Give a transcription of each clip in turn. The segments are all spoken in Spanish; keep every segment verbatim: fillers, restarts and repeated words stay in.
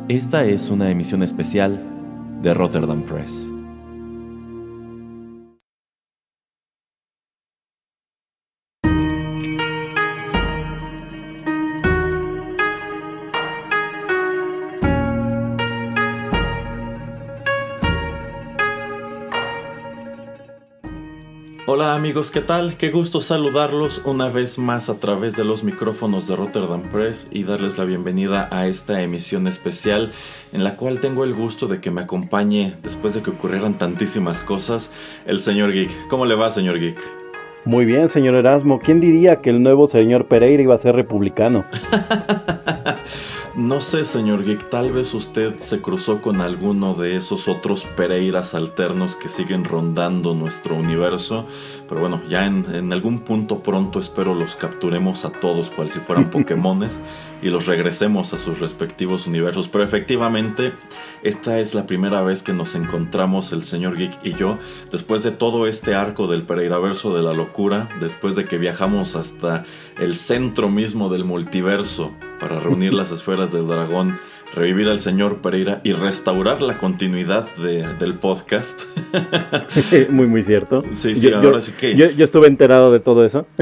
Esta es una emisión especial de Rotterdam Press. Hola amigos, ¿qué tal? Qué gusto saludarlos una vez más a través de los micrófonos de Rotterdam Press y darles la bienvenida a esta emisión especial en la cual tengo el gusto de que me acompañe, después de que ocurrieran tantísimas cosas, el señor Geek. ¿Cómo le va, señor Geek? Muy bien, señor Erasmo. ¿Quién diría que el nuevo señor Pereira iba a ser republicano? No sé, señor Geek, tal vez usted se cruzó con alguno de esos otros Pereiras alternos que siguen rondando nuestro universo, pero bueno, ya en, en algún punto pronto espero los capturemos a todos cual si fueran Pokémones y los regresemos a sus respectivos universos. Pero efectivamente, esta es la primera vez que nos encontramos el señor Geek y yo, después de todo este arco del Pereiraverso de la locura, después de que viajamos hasta el centro mismo del multiverso para reunir las esferas del dragón, revivir al señor Pereira y restaurar la continuidad de, del podcast. Muy, muy cierto. Sí, sí, yo, ahora yo, sí que... Yo, yo estuve enterado de todo eso.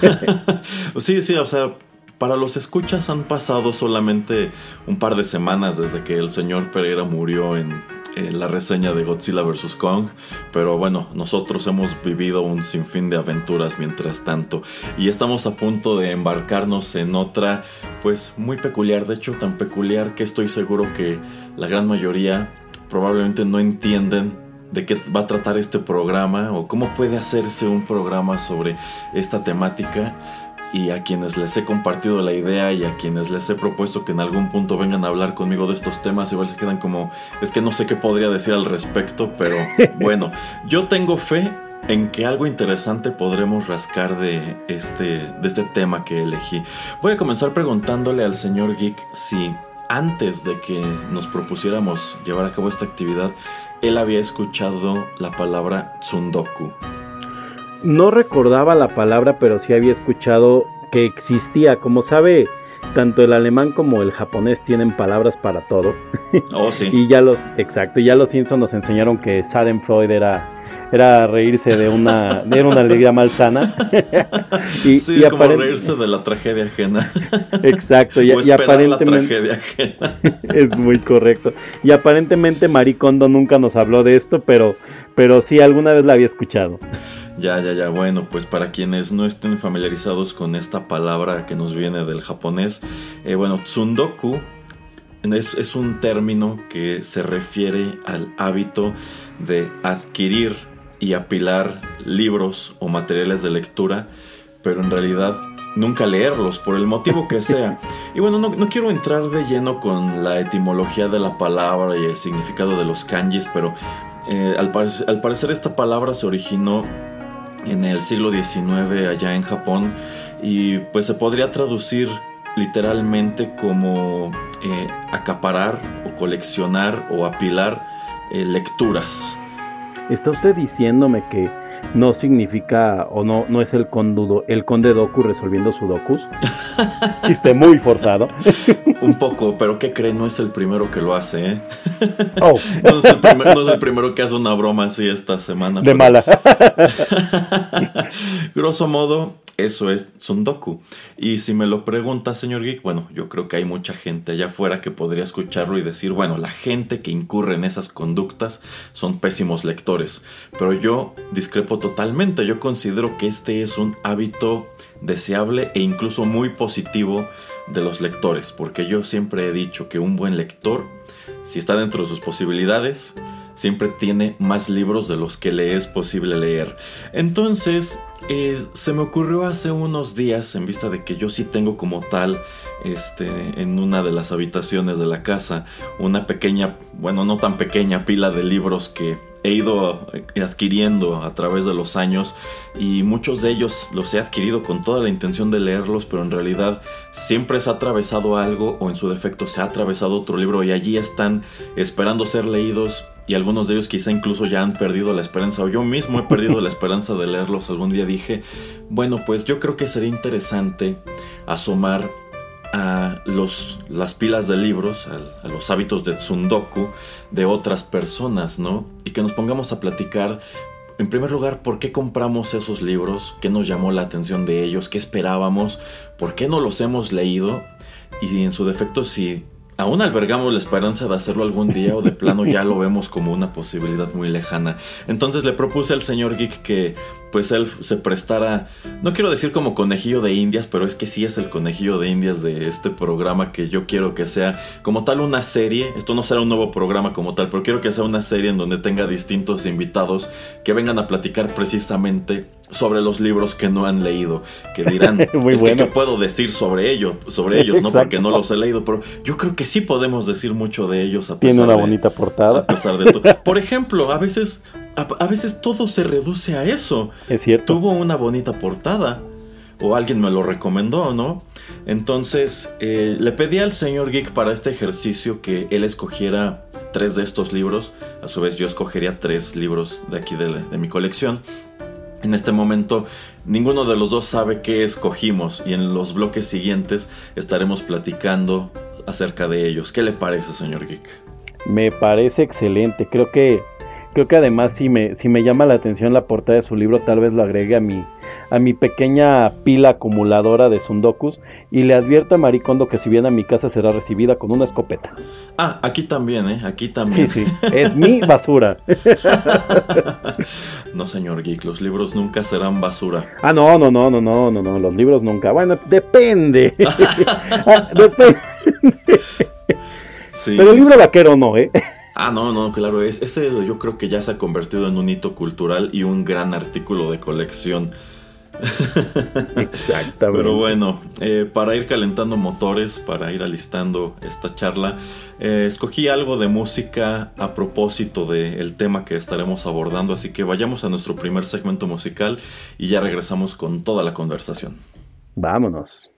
Sí, sí, o sea, para los escuchas han pasado solamente un par de semanas desde que el señor Pereira murió en... en la reseña de Godzilla versus. Kong, pero bueno, nosotros hemos vivido un sinfín de aventuras mientras tanto y estamos a punto de embarcarnos en otra pues muy peculiar, de hecho tan peculiar que estoy seguro que la gran mayoría probablemente no entienden de qué va a tratar este programa o cómo puede hacerse un programa sobre esta temática. Y a quienes les he compartido la idea y a quienes les he propuesto que en algún punto vengan a hablar conmigo de estos temas, igual se quedan como, es que no sé qué podría decir al respecto, pero bueno, yo tengo fe en que algo interesante podremos rascar de este, de este tema que elegí. Voy a comenzar preguntándole al señor Geek si antes de que nos propusiéramos llevar a cabo esta actividad, él había escuchado la palabra tsundoku. No recordaba la palabra, pero sí había escuchado que existía. Como sabe, tanto el alemán como el japonés tienen palabras para todo. Oh, sí. Y ya los, exacto, y ya los Simpsons nos enseñaron que Schadenfreude era, era reírse de una, era una alegría malsana. y, sí, y como aparent... reírse de la tragedia ajena. Exacto, y, o y aparentemente la tragedia ajena. Es muy correcto. Y aparentemente Marie Kondo nunca nos habló de esto, pero, pero sí alguna vez la había escuchado. Ya, ya, ya, bueno, pues para quienes no estén familiarizados con esta palabra que nos viene del japonés, eh, bueno, tsundoku es, es un término que se refiere al hábito de adquirir y apilar libros o materiales de lectura, pero en realidad nunca leerlos, por el motivo que sea. Y bueno, no, no quiero entrar de lleno con la etimología de la palabra y el significado de los kanjis, pero eh, al, pare- al parecer esta palabra se originó en el siglo diecinueve allá en Japón y pues se podría traducir literalmente como eh, acaparar o coleccionar o apilar eh, lecturas. ¿Está usted diciéndome que no significa o no, no es el condudo, el conde Doku resolviendo sudokus? Chiste muy forzado. Un poco, pero ¿qué cree? No es el primero que lo hace, ¿eh? Oh. no, es el primer, no es el primero que hace una broma así esta semana. De pero... mala. Grosso modo, eso es tsundoku. Y si me lo pregunta, señor Geek, bueno, yo creo que hay mucha gente allá afuera que podría escucharlo y decir, bueno, la gente que incurre en esas conductas son pésimos lectores. Pero yo discrepo totalmente. Yo considero que este es un hábito deseable e incluso muy positivo de los lectores, porque yo siempre he dicho que un buen lector, si está dentro de sus posibilidades, siempre tiene más libros de los que le es posible leer. Entonces, eh, se me ocurrió hace unos días, en vista de que yo sí tengo como tal, este, en una de las habitaciones de la casa, una pequeña, bueno, no tan pequeña pila de libros que he ido adquiriendo a través de los años, y muchos de ellos los he adquirido con toda la intención de leerlos, pero en realidad siempre se ha atravesado algo, o en su defecto se ha atravesado otro libro, y allí están esperando ser leídos, y algunos de ellos quizá incluso ya han perdido la esperanza, o yo mismo he perdido la esperanza de leerlos. Algún día dije, bueno, pues yo creo que sería interesante asomar a los, las pilas de libros, a, a los hábitos de tsundoku de otras personas, ¿no? Y que nos pongamos a platicar, en primer lugar, por qué compramos esos libros, qué nos llamó la atención de ellos, qué esperábamos, por qué no los hemos leído y en su defecto si aún albergamos la esperanza de hacerlo algún día o de plano ya lo vemos como una posibilidad muy lejana. Entonces le propuse al señor Geek que pues él se prestara, no quiero decir como conejillo de indias, pero es que sí es el conejillo de indias de este programa, que yo quiero que sea como tal una serie. Esto no será un nuevo programa como tal, pero quiero que sea una serie en donde tenga distintos invitados que vengan a platicar precisamente sobre los libros que no han leído, que dirán, es bueno. que ¿qué puedo decir sobre ellos? Sobre ellos, ¿no? Porque no los he leído, pero yo creo que sí podemos decir mucho de ellos a pesar Tiene una de, bonita portada. A pesar de todo. Por ejemplo, a veces, a, a veces todo se reduce a eso. Es cierto. Tuvo una bonita portada, o alguien me lo recomendó, ¿no? Entonces, eh, le pedí al señor Geek para este ejercicio que él escogiera tres de estos libros. A su vez, yo escogería tres libros de aquí de, de mi colección. En este momento ninguno de los dos sabe qué escogimos y en los bloques siguientes estaremos platicando acerca de ellos. ¿Qué le parece, señor Geek? Me parece excelente. Creo que creo que además si me si me llama la atención la portada de su libro, tal vez lo agregue a mi a mi pequeña pila acumuladora de sundokus y le advierto a Marie Kondo que si viene a mi casa será recibida con una escopeta. Ah, aquí también, ¿eh? Aquí también. Sí, sí, es mi basura. No, señor Geek, los libros nunca serán basura. Ah, no, no, no, no, no, no, no, los libros nunca. Bueno, depende. ah, depende. Sí, pero el libro vaquero no, ¿eh? Ah, no, no, claro, es, ese yo creo que ya se ha convertido en un hito cultural y un gran artículo de colección. Exactamente. Pero bueno, eh, para ir calentando motores, para ir alistando esta charla, eh, escogí algo de música a propósito del tema que estaremos abordando, así que vayamos a nuestro primer segmento musical y ya regresamos con toda la conversación. Vámonos.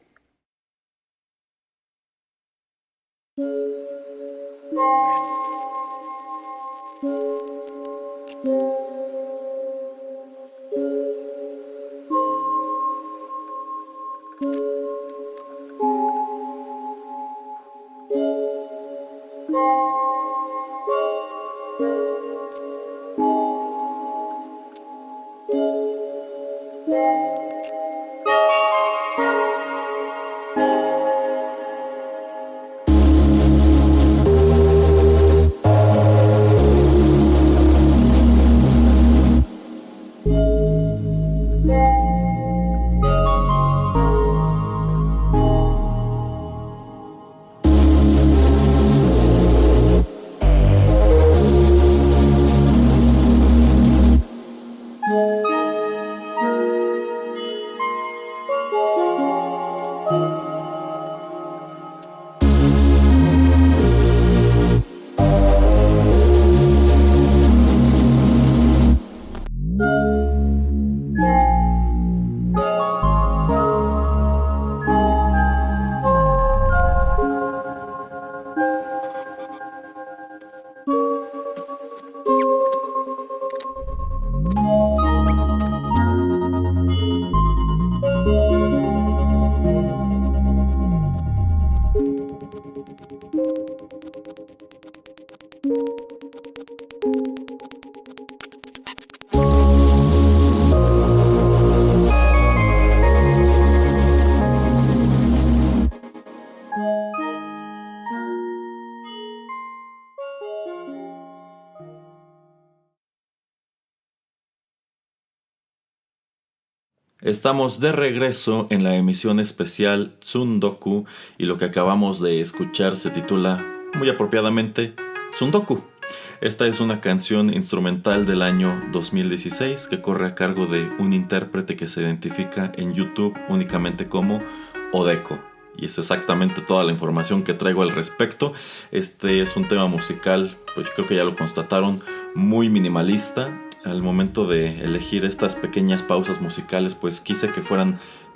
Estamos de regreso en la emisión especial Tsundoku y lo que acabamos de escuchar se titula muy apropiadamente Tsundoku. Esta es una canción instrumental del año dos mil dieciséis que corre a cargo de un intérprete que se identifica en YouTube únicamente como Odeko. Y es exactamente toda la información que traigo al respecto. Este es un tema musical, pues creo que ya lo constataron, muy minimalista. Al momento de elegir estas pequeñas pausas musicales, pues quise que fueran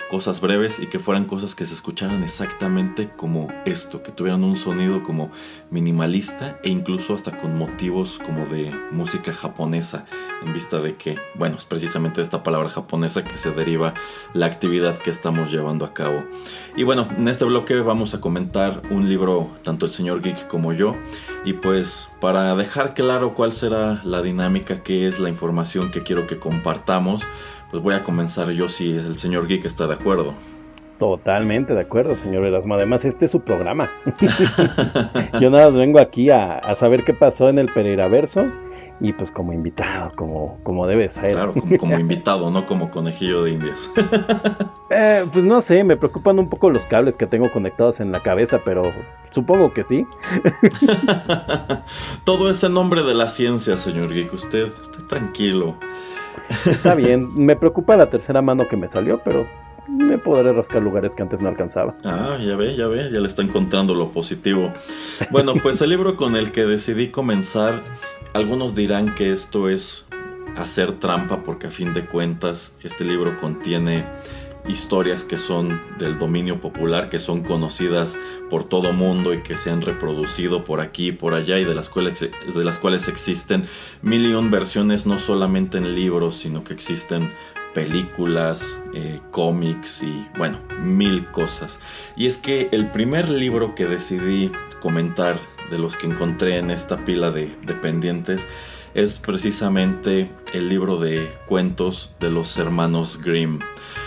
cosas breves y que fueran cosas que se escucharan exactamente como esto, que tuvieran un sonido como minimalista e incluso hasta con motivos como de música japonesa, en vista de que, bueno, es precisamente de esta palabra japonesa que se deriva la actividad que estamos llevando a cabo. Y bueno, en este bloque vamos a comentar un libro, tanto el señor Geek como yo, y pues para dejar claro cuál será la dinámica, qué es la información que quiero que compartamos, pues voy a comenzar yo si el señor Geek está de acuerdo. Totalmente de acuerdo, señor Erasmo. Además, este es su programa. Yo nada más vengo aquí a, a saber qué pasó en el Pereiraverso y pues como invitado, como, como debe ser. Claro, como, como invitado, no como conejillo de indias. eh, pues no sé, me preocupan un poco los cables que tengo conectados en la cabeza, pero supongo que sí. Todo es en nombre de la ciencia, señor Geek. Usted, usted tranquilo. Está bien, me preocupa la tercera mano que me salió, pero me podré rascar lugares que antes no alcanzaba. Ah, ya ve, ya ve, ya le está encontrando lo positivo. Bueno, pues el libro con el que decidí comenzar, algunos dirán que esto es hacer trampa porque a fin de cuentas este libro contiene historias que son del dominio popular, que son conocidas por todo mundo y que se han reproducido por aquí y por allá, y de las cuales, de las cuales existen mil y un versiones, no solamente en libros, sino que existen películas, eh, cómics y bueno, mil cosas. Y es que el primer libro que decidí comentar de los que encontré en esta pila de, de pendientes es precisamente el libro de cuentos de los hermanos Grimm.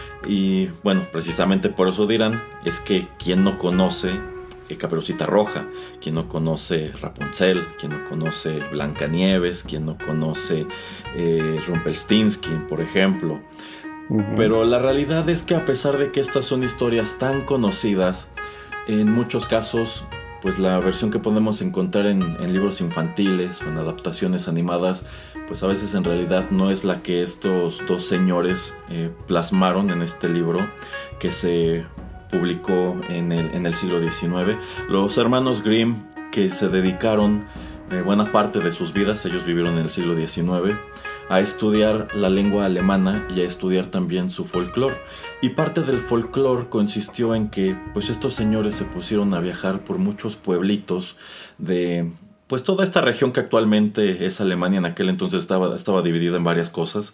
Y bueno, precisamente por eso dirán, es que quien no conoce eh, Caperucita Roja, quien no conoce Rapunzel, quien no conoce Blancanieves, quien no conoce eh, Rumpelstiltskin, por ejemplo. Uh-huh. Pero la realidad es que a pesar de que estas son historias tan conocidas, en muchos casos pues la versión que podemos encontrar en, en libros infantiles o en adaptaciones animadas, pues a veces en realidad no es la que estos dos señores eh, plasmaron en este libro que se publicó en el, en el siglo diecinueve. Los hermanos Grimm, que se dedicaron eh, buena parte de sus vidas, ellos vivieron en el siglo diecinueve, a estudiar la lengua alemana y a estudiar también su folclore. Y parte del folclore consistió en que pues estos señores se pusieron a viajar por muchos pueblitos de pues toda esta región que actualmente es Alemania. En aquel entonces estaba, estaba dividida en varias cosas,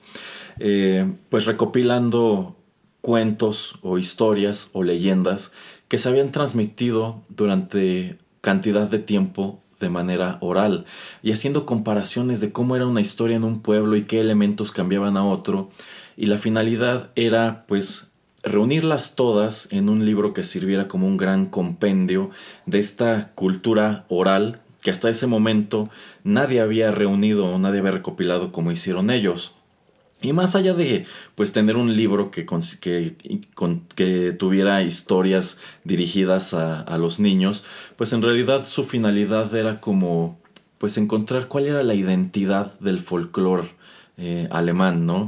eh, pues recopilando cuentos o historias o leyendas que se habían transmitido durante cantidad de tiempo de manera oral, y haciendo comparaciones de cómo era una historia en un pueblo y qué elementos cambiaban a otro, y la finalidad era pues reunirlas todas en un libro que sirviera como un gran compendio de esta cultura oral que hasta ese momento nadie había reunido o nadie había recopilado como hicieron ellos. Y más allá de pues tener un libro que, que, que tuviera historias dirigidas a, a los niños, pues en realidad su finalidad era como pues encontrar cuál era la identidad del folclore eh, alemán, ¿no?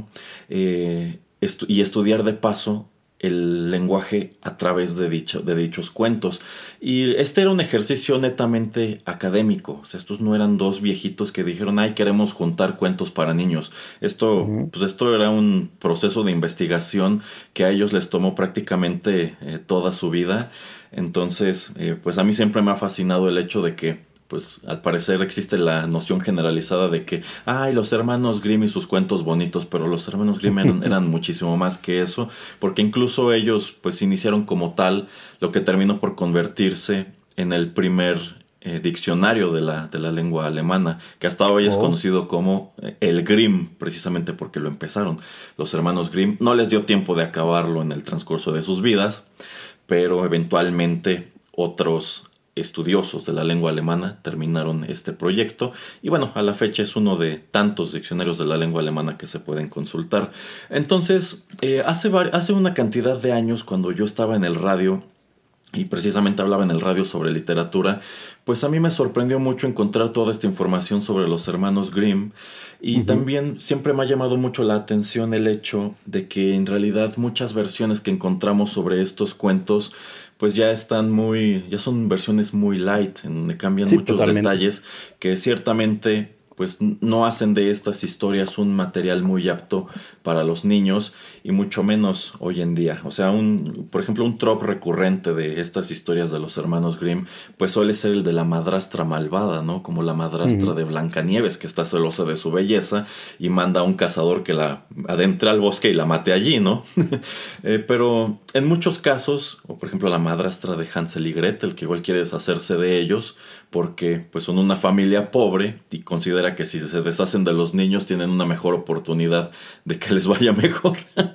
Eh, estu- y estudiar de paso el lenguaje a través de, dicho, de dichos cuentos. Y este era un ejercicio netamente académico. O sea, estos no eran dos viejitos que dijeron, ay, queremos juntar cuentos para niños. Esto, uh-huh. pues esto era un proceso de investigación que a ellos les tomó prácticamente eh, toda su vida. Entonces, eh, pues a mí siempre me ha fascinado el hecho de que pues al parecer existe la noción generalizada de que ay, los hermanos Grimm y sus cuentos bonitos, pero los hermanos Grimm eran, eran muchísimo más que eso, porque incluso ellos pues iniciaron como tal lo que terminó por convertirse en el primer eh, diccionario de la, de la lengua alemana, que hasta hoy es oh. conocido como el Grimm, precisamente porque lo empezaron los hermanos Grimm. No les dio tiempo de acabarlo en el transcurso de sus vidas, pero eventualmente otros estudiosos de la lengua alemana terminaron este proyecto, y bueno, a la fecha es uno de tantos diccionarios de la lengua alemana que se pueden consultar. Entonces, eh, hace, hace una cantidad de años, cuando yo estaba en el radio y precisamente hablaba en el radio sobre literatura, pues a mí me sorprendió mucho encontrar toda esta información sobre los hermanos Grimm, y uh-huh. también siempre me ha llamado mucho la atención el hecho de que en realidad muchas versiones que encontramos sobre estos cuentos pues ya están muy, ya son versiones muy light, en donde cambian sí, muchos totalmente. detalles que ciertamente pues no hacen de estas historias un material muy apto para los niños y mucho menos hoy en día. O sea, un, por ejemplo, un trope recurrente de estas historias de los hermanos Grimm, pues suele ser el de la madrastra malvada, ¿no? Como la madrastra uh-huh. de Blancanieves, que está celosa de su belleza y manda a un cazador que la adentre al bosque y la mate allí, ¿no? eh, pero en muchos casos, o por ejemplo la madrastra de Hansel y Gretel, que igual quiere deshacerse de ellos porque pues son una familia pobre y considera que si se deshacen de los niños tienen una mejor oportunidad de que les vaya mejor.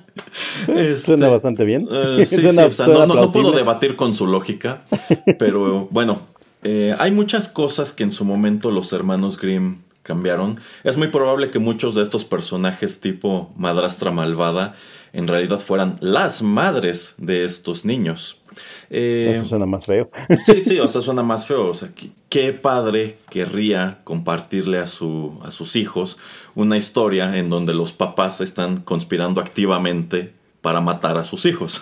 este, Suena bastante bien. Uh, sí, Suena, sí, o sea, no, no, no puedo debatir con su lógica, pero bueno, eh, hay muchas cosas que en su momento los hermanos Grimm cambiaron. Es muy probable que muchos de estos personajes tipo madrastra malvada en realidad fueran las madres de estos niños. Eh, Eso suena más feo. Sí, sí, o sea, suena más feo. O sea, ¿qué padre querría compartirle a, su, a sus hijos una historia en donde los papás están conspirando activamente para matar a sus hijos?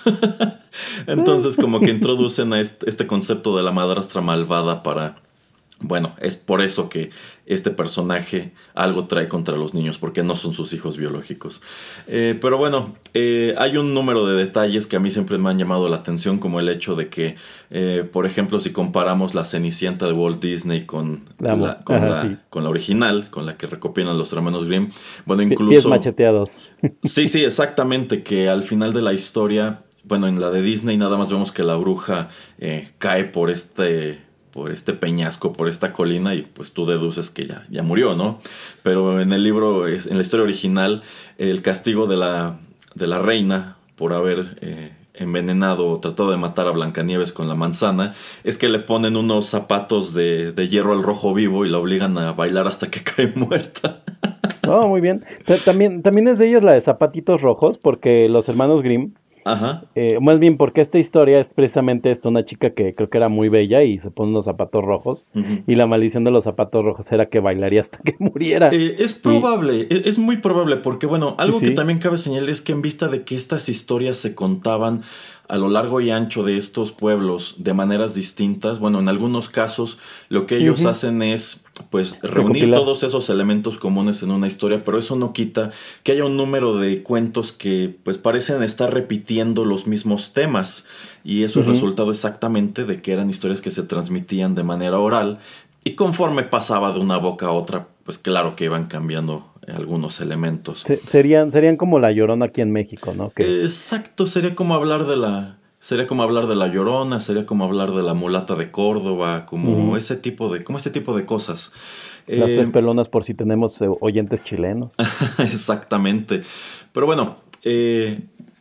Entonces, como que introducen a este, este concepto de la madrastra malvada para... Bueno, es por eso que este personaje algo trae contra los niños, porque no son sus hijos biológicos. Eh, pero bueno, eh, hay un número de detalles que a mí siempre me han llamado la atención, como el hecho de que, eh, por ejemplo, si comparamos la Cenicienta de Walt Disney con la, la, con, Ajá, la, sí. con la original, con la que recopilan los hermanos Grimm, bueno, incluso... Pies macheteados. Sí, sí, exactamente, que al final de la historia, bueno, en la de Disney nada más vemos que la bruja eh, cae por este... por este peñasco, por esta colina, y pues tú deduces que ya, ya murió, ¿no? Pero en el libro, en la historia original, el castigo de la, de la reina por haber eh, envenenado o tratado de matar a Blancanieves con la manzana es que le ponen unos zapatos de, de hierro al rojo vivo y la obligan a bailar hasta que cae muerta. Oh, muy bien. También, también es de ellos la de zapatitos rojos, porque los hermanos Grimm, Ajá. Eh, más bien porque esta historia es precisamente esto, una chica que creo que era muy bella y se pone unos zapatos rojos, uh-huh. y la maldición de los zapatos rojos era que bailaría hasta que muriera. Eh, es probable, y... es muy probable, porque bueno, algo ¿Sí? que también cabe señalar es que en vista de que estas historias se contaban a lo largo y ancho de estos pueblos de maneras distintas, bueno, en algunos casos lo que ellos uh-huh. hacen es pues reunir Recopilar. todos esos elementos comunes en una historia, pero eso no quita que haya un número de cuentos que pues parecen estar repitiendo los mismos temas, y eso uh-huh. es resultado exactamente de que eran historias que se transmitían de manera oral, y conforme pasaba de una boca a otra, pues claro que iban cambiando algunos elementos. Serían, serían como La Llorona aquí en México, ¿no? Que... Exacto, sería como hablar de la... Sería como hablar de La Llorona, sería como hablar de la mulata de Córdoba, como uh-huh. ese tipo de, como este tipo de cosas. Las eh, tres pelonas, por si tenemos eh, oyentes chilenos. Exactamente. Pero bueno, eh,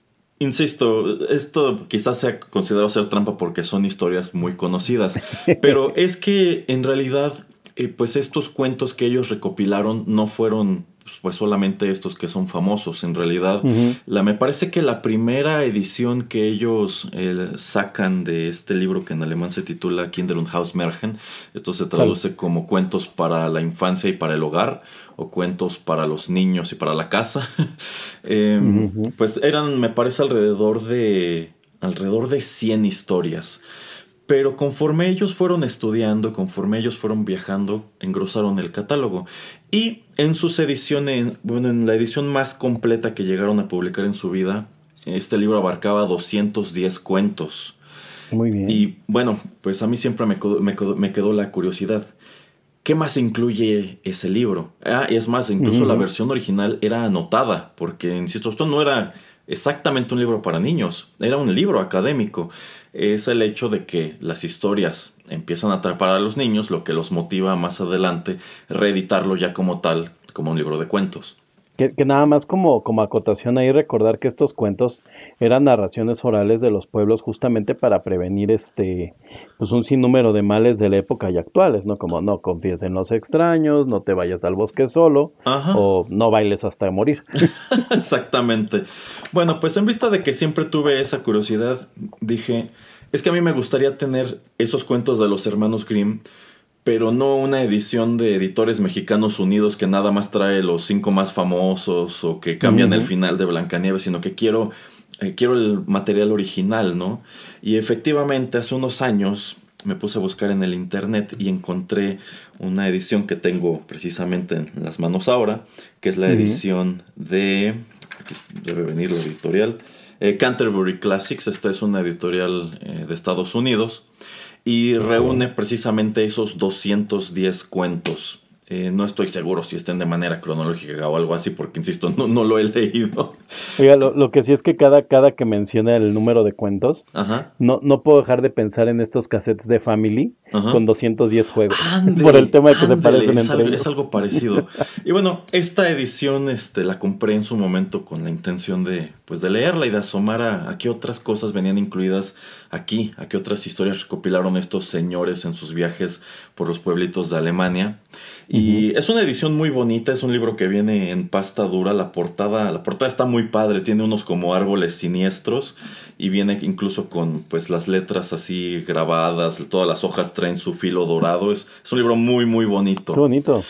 insisto, esto quizás sea considerado ser trampa porque son historias muy conocidas. Pero es que en realidad, eh, pues estos cuentos que ellos recopilaron no fueron pues solamente estos que son famosos. En realidad, uh-huh. la, me parece que la primera edición que ellos eh, sacan de este libro, que en alemán se titula Kinder und Hausmärchen, esto se traduce sí. como cuentos para la infancia y para el hogar, o cuentos para los niños y para la casa. eh, uh-huh. Pues eran, me parece, alrededor de alrededor de cien historias. Pero conforme ellos fueron estudiando, conforme ellos fueron viajando, engrosaron el catálogo. Y en sus ediciones, bueno, en la edición más completa que llegaron a publicar en su vida, este libro abarcaba doscientos diez cuentos. Muy bien. Y bueno, pues a mí siempre me quedó, me quedó, me quedó la curiosidad. ¿Qué más incluye ese libro? Ah, es más, incluso uh-huh. la versión original era anotada, porque, insisto, esto no era exactamente un libro para niños, era un libro académico. Es el hecho de que las historias empiezan a atrapar a los niños, lo que los motiva más adelante reeditarlo ya como tal, como un libro de cuentos. Que, que nada más como, como acotación ahí, recordar que estos cuentos eran narraciones orales de los pueblos justamente para prevenir este pues un sinnúmero de males de la época y actuales, ¿no? Como no confíes en los extraños, no te vayas al bosque solo, Ajá. o no bailes hasta morir. Exactamente. Bueno, pues en vista de que siempre tuve esa curiosidad, dije, es que a mí me gustaría tener esos cuentos de los hermanos Grimm, pero no una edición de Editores Mexicanos Unidos que nada más trae los cinco más famosos o que cambian uh-huh. el final de Blancanieves, sino que quiero, eh, quiero el material original, ¿no? Y efectivamente hace unos años me puse a buscar en el internet y encontré una edición que tengo precisamente en las manos ahora, que es la uh-huh. edición de, aquí debe venir la editorial, eh, Canterbury Classics. Esta es una editorial eh, de Estados Unidos y reúne precisamente esos doscientos diez cuentos. Eh, no estoy seguro si estén de manera cronológica o algo así, porque insisto, no, no lo he leído. Oiga, lo, lo que sí es que cada, cada que menciona el número de cuentos, Ajá. No, no puedo dejar de pensar en estos cassettes de Family Ajá. con doscientos diez juegos. Ándele, por el tema de que ándele, se parecen es entre algo, ellos. Es algo parecido. Y bueno, esta edición este, la compré en su momento con la intención de, pues, de leerla y de asomar a, a qué otras cosas venían incluidas aquí, a qué otras historias recopilaron estos señores en sus viajes por los pueblitos de Alemania. Y uh-huh. es una edición muy bonita, es un libro que viene en pasta dura, la portada, la portada está muy padre, tiene unos como árboles siniestros y viene incluso con pues las letras así grabadas, todas las hojas traen su filo dorado, es, es un libro muy muy bonito. Qué bonito.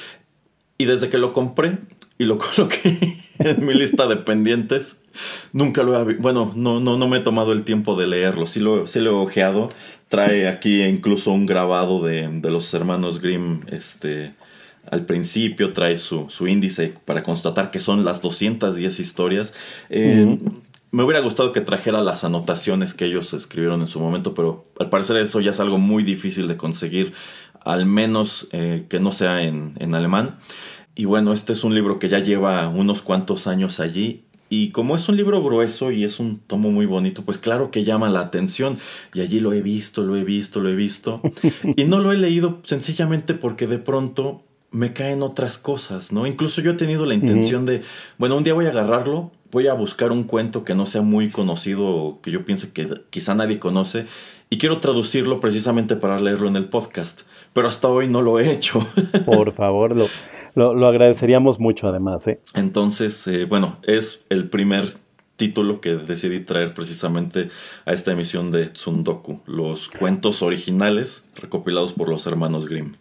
Y desde que lo compré y lo coloqué en mi lista de pendientes, nunca lo he, bueno, no, no, no me he tomado el tiempo de leerlo, sí lo, sí lo he ojeado, trae aquí incluso un grabado de, de los hermanos Grimm, este... Al principio trae su, su índice para constatar que son las doscientas diez historias. Eh, uh-huh. Me hubiera gustado que trajera las anotaciones que ellos escribieron en su momento, pero al parecer eso ya es algo muy difícil de conseguir, al menos eh, que no sea en, en alemán. Y bueno, este es un libro que ya lleva unos cuantos años allí. Y como es un libro grueso y es un tomo muy bonito, pues claro que llama la atención. Y allí lo he visto, lo he visto, lo he visto. Y no lo he leído sencillamente porque de pronto me caen otras cosas, ¿no? Incluso yo he tenido la intención uh-huh. de, bueno, un día voy a agarrarlo, voy a buscar un cuento que no sea muy conocido o que yo piense que quizá nadie conoce y quiero traducirlo precisamente para leerlo en el podcast. Pero hasta hoy no lo he hecho. Por favor, lo, lo, lo agradeceríamos mucho además, ¿eh? Entonces, eh, bueno, es el primer título que decidí traer precisamente a esta emisión de Tsundoku, los cuentos originales recopilados por los hermanos Grimm.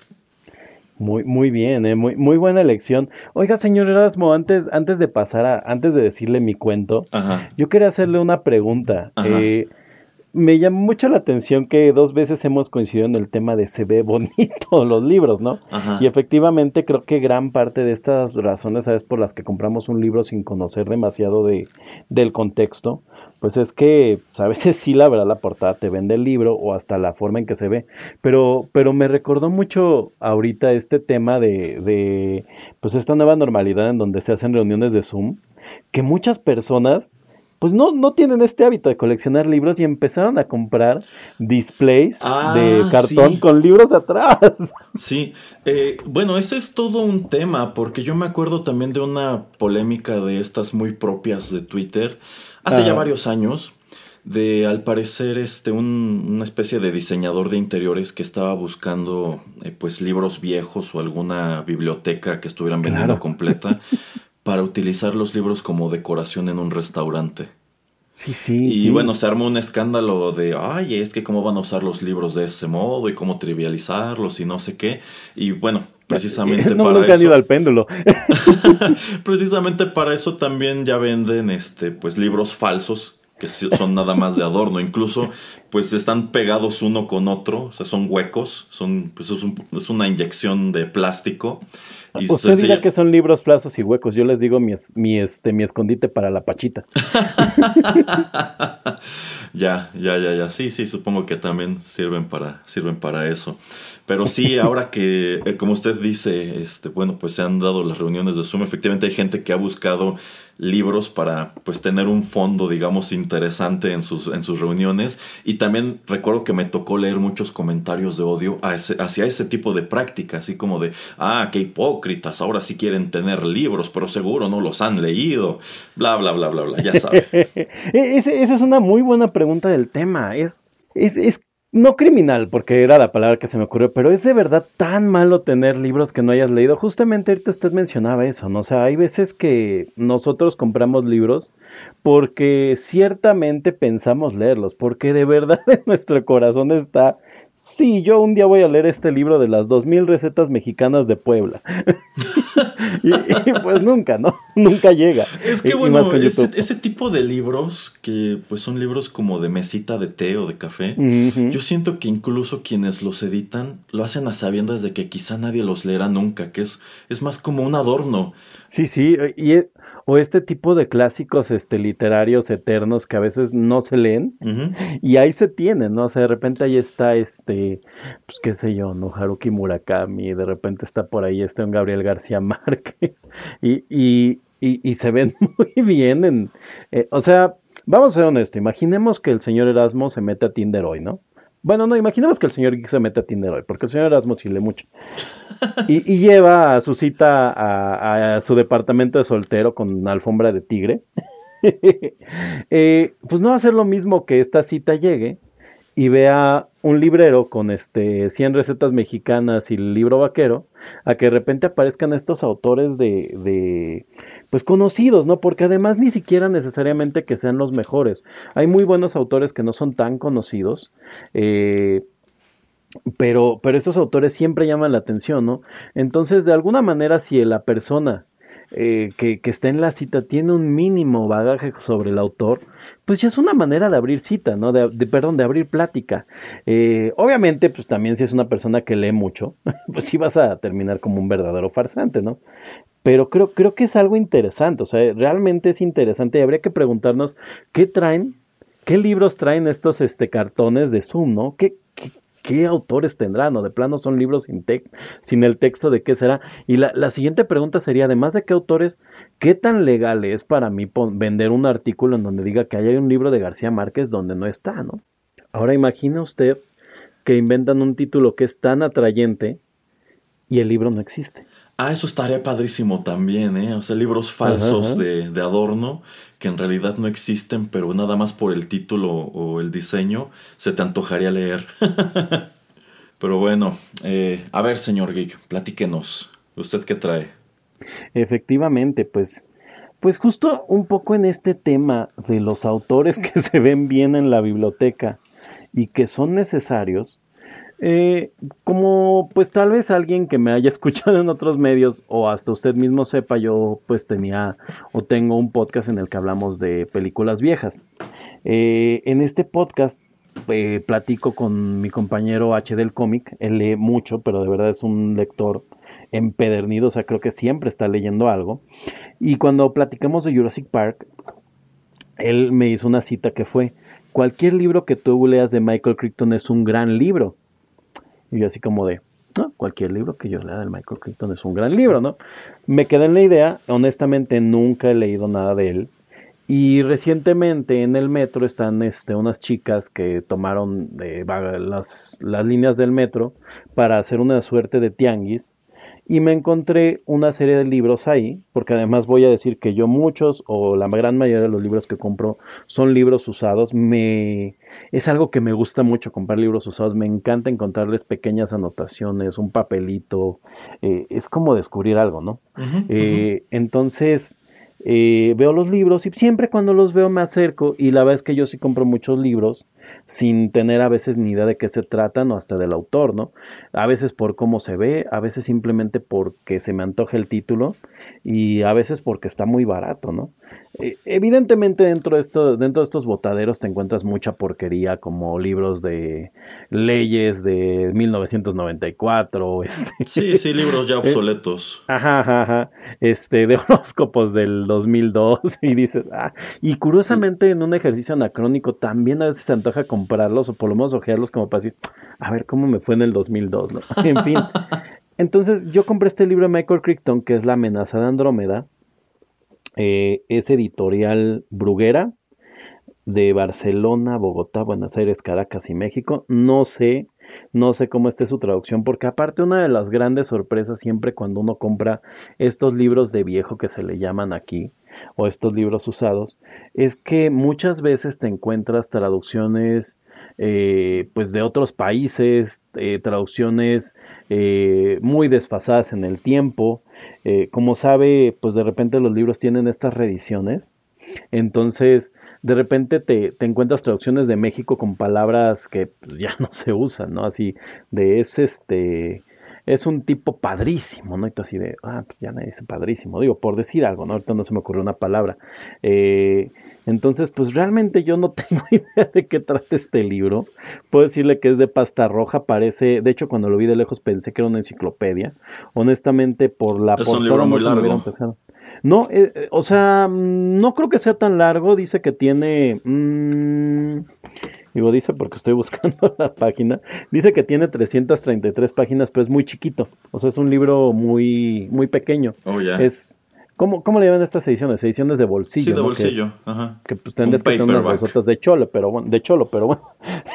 Muy, muy bien, eh, muy, muy buena elección. Oiga, señor Erasmo, antes, antes de pasar a, antes de decirle mi cuento, Ajá. yo quería hacerle una pregunta. Eh, me llamó mucho la atención que dos veces hemos coincidido en el tema de se ve bonito los libros, ¿no? Ajá. Y efectivamente creo que gran parte de estas razones, ¿sabes? Por las que compramos un libro sin conocer demasiado de, del contexto, pues es que a veces sí, la verdad, la portada te vende el libro o hasta la forma en que se ve, pero, pero me recordó mucho ahorita este tema de, de, pues esta nueva normalidad en donde se hacen reuniones de Zoom, que muchas personas pues no, no tienen este hábito de coleccionar libros y empezaron a comprar displays ah, de cartón sí. con libros atrás. Sí, eh, bueno, ese es todo un tema, porque yo me acuerdo también de una polémica de estas muy propias de Twitter, hace ah. ya varios años, de al parecer este un, una especie de diseñador de interiores que estaba buscando eh, pues libros viejos o alguna biblioteca que estuvieran vendiendo claro. completa para utilizar los libros como decoración en un restaurante. Sí, sí. Y sí. bueno, se armó un escándalo de, ay, es que cómo van a usar los libros de ese modo y cómo trivializarlos y no sé qué. Y bueno, precisamente no, para nunca eso... han ido al péndulo. Precisamente para eso también ya venden este, pues, libros falsos que son nada más de adorno. Incluso, pues, están pegados uno con otro. O sea, son huecos. Son, pues, es, un, es una inyección de plástico. Y Usted sencilla... dirá que son libros plazos y huecos. Yo les digo mi, mi, este, mi escondite para la pachita. Ya, ya, ya, ya. Sí, sí, supongo que también sirven para, sirven para eso. Pero sí, ahora que, eh, como usted dice, este, bueno, pues se han dado las reuniones de Zoom. Efectivamente hay gente que ha buscado libros para, pues, tener un fondo, digamos, interesante en sus, en sus reuniones. Y también recuerdo que me tocó leer muchos comentarios de odio a ese, hacia ese tipo de práctica. Así como de, ah, qué hipócritas, ahora sí quieren tener libros, pero seguro no los han leído. Bla, bla, bla, bla, bla, ya sabe. Esa es una muy buena pregunta del tema. Es, es, es no criminal, porque era la palabra que se me ocurrió, pero es de verdad tan malo tener libros que no hayas leído. Justamente ahorita usted mencionaba eso, ¿no? O sea, hay veces que nosotros compramos libros porque ciertamente pensamos leerlos, porque de verdad en nuestro corazón está sí, yo un día voy a leer este libro de las dos mil recetas mexicanas de Puebla. y, y, pues nunca, ¿no? Nunca llega. Es que y, bueno, y ese, ese tipo de libros, que pues son libros como de mesita de té o de café, uh-huh. Yo siento que incluso quienes los editan lo hacen a sabiendas de que quizá nadie los leerá nunca, que es, es más como un adorno. Sí, sí, y, o este tipo de clásicos este, literarios eternos que a veces no se leen, uh-huh. Y ahí se tienen, ¿no? O sea, de repente ahí está este, pues qué sé yo, ¿no? Haruki Murakami, de repente está por ahí este un Gabriel García Márquez, y, y, y, y se ven muy bien en, eh, o sea, vamos a ser honestos, imaginemos que el señor Erasmo se mete a Tinder hoy, ¿no? Bueno, no, imaginemos que el señor Geek se mete a Tinder hoy, porque el señor Erasmo sí lee mucho. Y, y lleva a su cita a, a su departamento de soltero con alfombra de tigre. eh, pues no va a ser lo mismo que esta cita llegue y vea un librero con este cien recetas mexicanas y el libro vaquero, a que de repente aparezcan estos autores de, de pues conocidos, ¿no? Porque además ni siquiera necesariamente que sean los mejores. Hay muy buenos autores que no son tan conocidos, eh, pero, pero estos autores siempre llaman la atención, ¿no? Entonces, de alguna manera, si la persona eh, que, que está en la cita tiene un mínimo bagaje sobre el autor, pues ya es una manera de abrir cita, ¿no? De, de perdón, de abrir plática. Eh, obviamente, pues también si es una persona que lee mucho, pues sí vas a terminar como un verdadero farsante, ¿no? Pero creo, creo que es algo interesante, o sea, realmente es interesante y habría que preguntarnos qué traen, qué libros traen estos este, cartones de Zoom, ¿no? ¿Qué, qué, qué autores tendrán? ¿O de plano son libros sin, te- sin el texto de qué será? Y la, la siguiente pregunta sería, además de qué autores, ¿qué tan legal es para mí pon- vender un artículo en donde diga que hay un libro de García Márquez donde no está, ¿no? Ahora imagine usted que inventan un título que es tan atrayente y el libro no existe. Ah, eso estaría padrísimo también, ¿eh? O sea, libros falsos Ajá, ajá. De, de adorno que en realidad no existen, pero nada más por el título o el diseño se te antojaría leer. Pero bueno, eh, a ver, señor Geek, platíquenos. ¿Usted qué trae? Efectivamente, pues, pues justo un poco en este tema de los autores que se ven bien en la biblioteca y que son necesarios, eh, como pues tal vez alguien que me haya escuchado en otros medios o hasta usted mismo sepa, yo pues tenía o tengo un podcast en el que hablamos de películas viejas. Eh, en este podcast eh, platico con mi compañero H del cómic, él lee mucho, pero de verdad es un lector empedernido, o sea, creo que siempre está leyendo algo. Y cuando platicamos de Jurassic Park, él me hizo una cita que fue, cualquier libro que tú leas de Michael Crichton es un gran libro. Y yo así como de, no, cualquier libro que yo lea de Michael Crichton es un gran libro, ¿no? Me quedé en la idea, honestamente nunca he leído nada de él. Y recientemente en el metro están este, unas chicas que tomaron eh, las, las líneas del metro para hacer una suerte de tianguis. Y me encontré una serie de libros ahí, porque además voy a decir que yo muchos o la gran mayoría de los libros que compro son libros usados. Me es algo que me gusta mucho comprar libros usados. Me encanta encontrarles pequeñas anotaciones, un papelito. Eh, es como descubrir algo, ¿no? Uh-huh, Eh, entonces eh, veo los libros y siempre cuando los veo me acerco y la verdad es que yo sí compro muchos libros sin tener a veces ni idea de qué se tratan o hasta del autor, ¿no? A veces por cómo se ve, a veces simplemente porque se me antoja el título y a veces porque está muy barato, ¿no? Eh, evidentemente dentro de, esto, dentro de estos botaderos te encuentras mucha porquería como libros de leyes de mil novecientos noventa y cuatro, este, Sí, sí, libros ya eh, obsoletos. Ajá, ajá, ajá, este, de horóscopos del dos mil dos y dices, ah, y curiosamente en un ejercicio anacrónico también a veces se antoja comprarlos o por lo menos ojearlos como para decir, a ver cómo me fue en el dos mil dos, ¿no? En fin, entonces yo compré este libro de Michael Crichton que es La amenaza de Andrómeda, eh, es editorial Bruguera, de Barcelona, Bogotá, Buenos Aires, Caracas y México. No sé, no sé cómo esté su traducción, porque aparte una de las grandes sorpresas siempre cuando uno compra estos libros de viejo que se le llaman aquí, o estos libros usados, es que muchas veces te encuentras traducciones eh, pues de otros países, eh, traducciones eh, muy desfasadas en el tiempo. Eh, como sabe, pues de repente los libros tienen estas reediciones. Entonces, de repente te, te encuentras traducciones de México con palabras que pues, ya no se usan, ¿no? Así de es este, es un tipo padrísimo, ¿no? Y tú así de, ah, pues ya nadie dice padrísimo, digo, por decir algo, ¿no? Ahorita no se me ocurrió una palabra. Eh, entonces, pues realmente yo no tengo idea de qué trata este libro. Puedo decirle que es de pasta roja, parece, de hecho cuando lo vi de lejos pensé que era una enciclopedia. Honestamente, por la Es un portada libro no muy se me hubiera largo. empezado. No, eh, eh, o sea, mm, no creo que sea tan largo, dice que tiene, mm, digo, dice porque estoy buscando la página, dice que tiene trescientas treinta y tres páginas, pero es muy chiquito, o sea, es un libro muy, muy pequeño. Oh, ya. Es, ¿cómo, cómo le llaman estas ediciones? Ediciones de Sí, bolsillo, de ¿no? Que, bolsillo. Ajá. que pues Un tendrías que tener unas paperback. bolsotas de cholo, pero bueno, de cholo, pero bueno,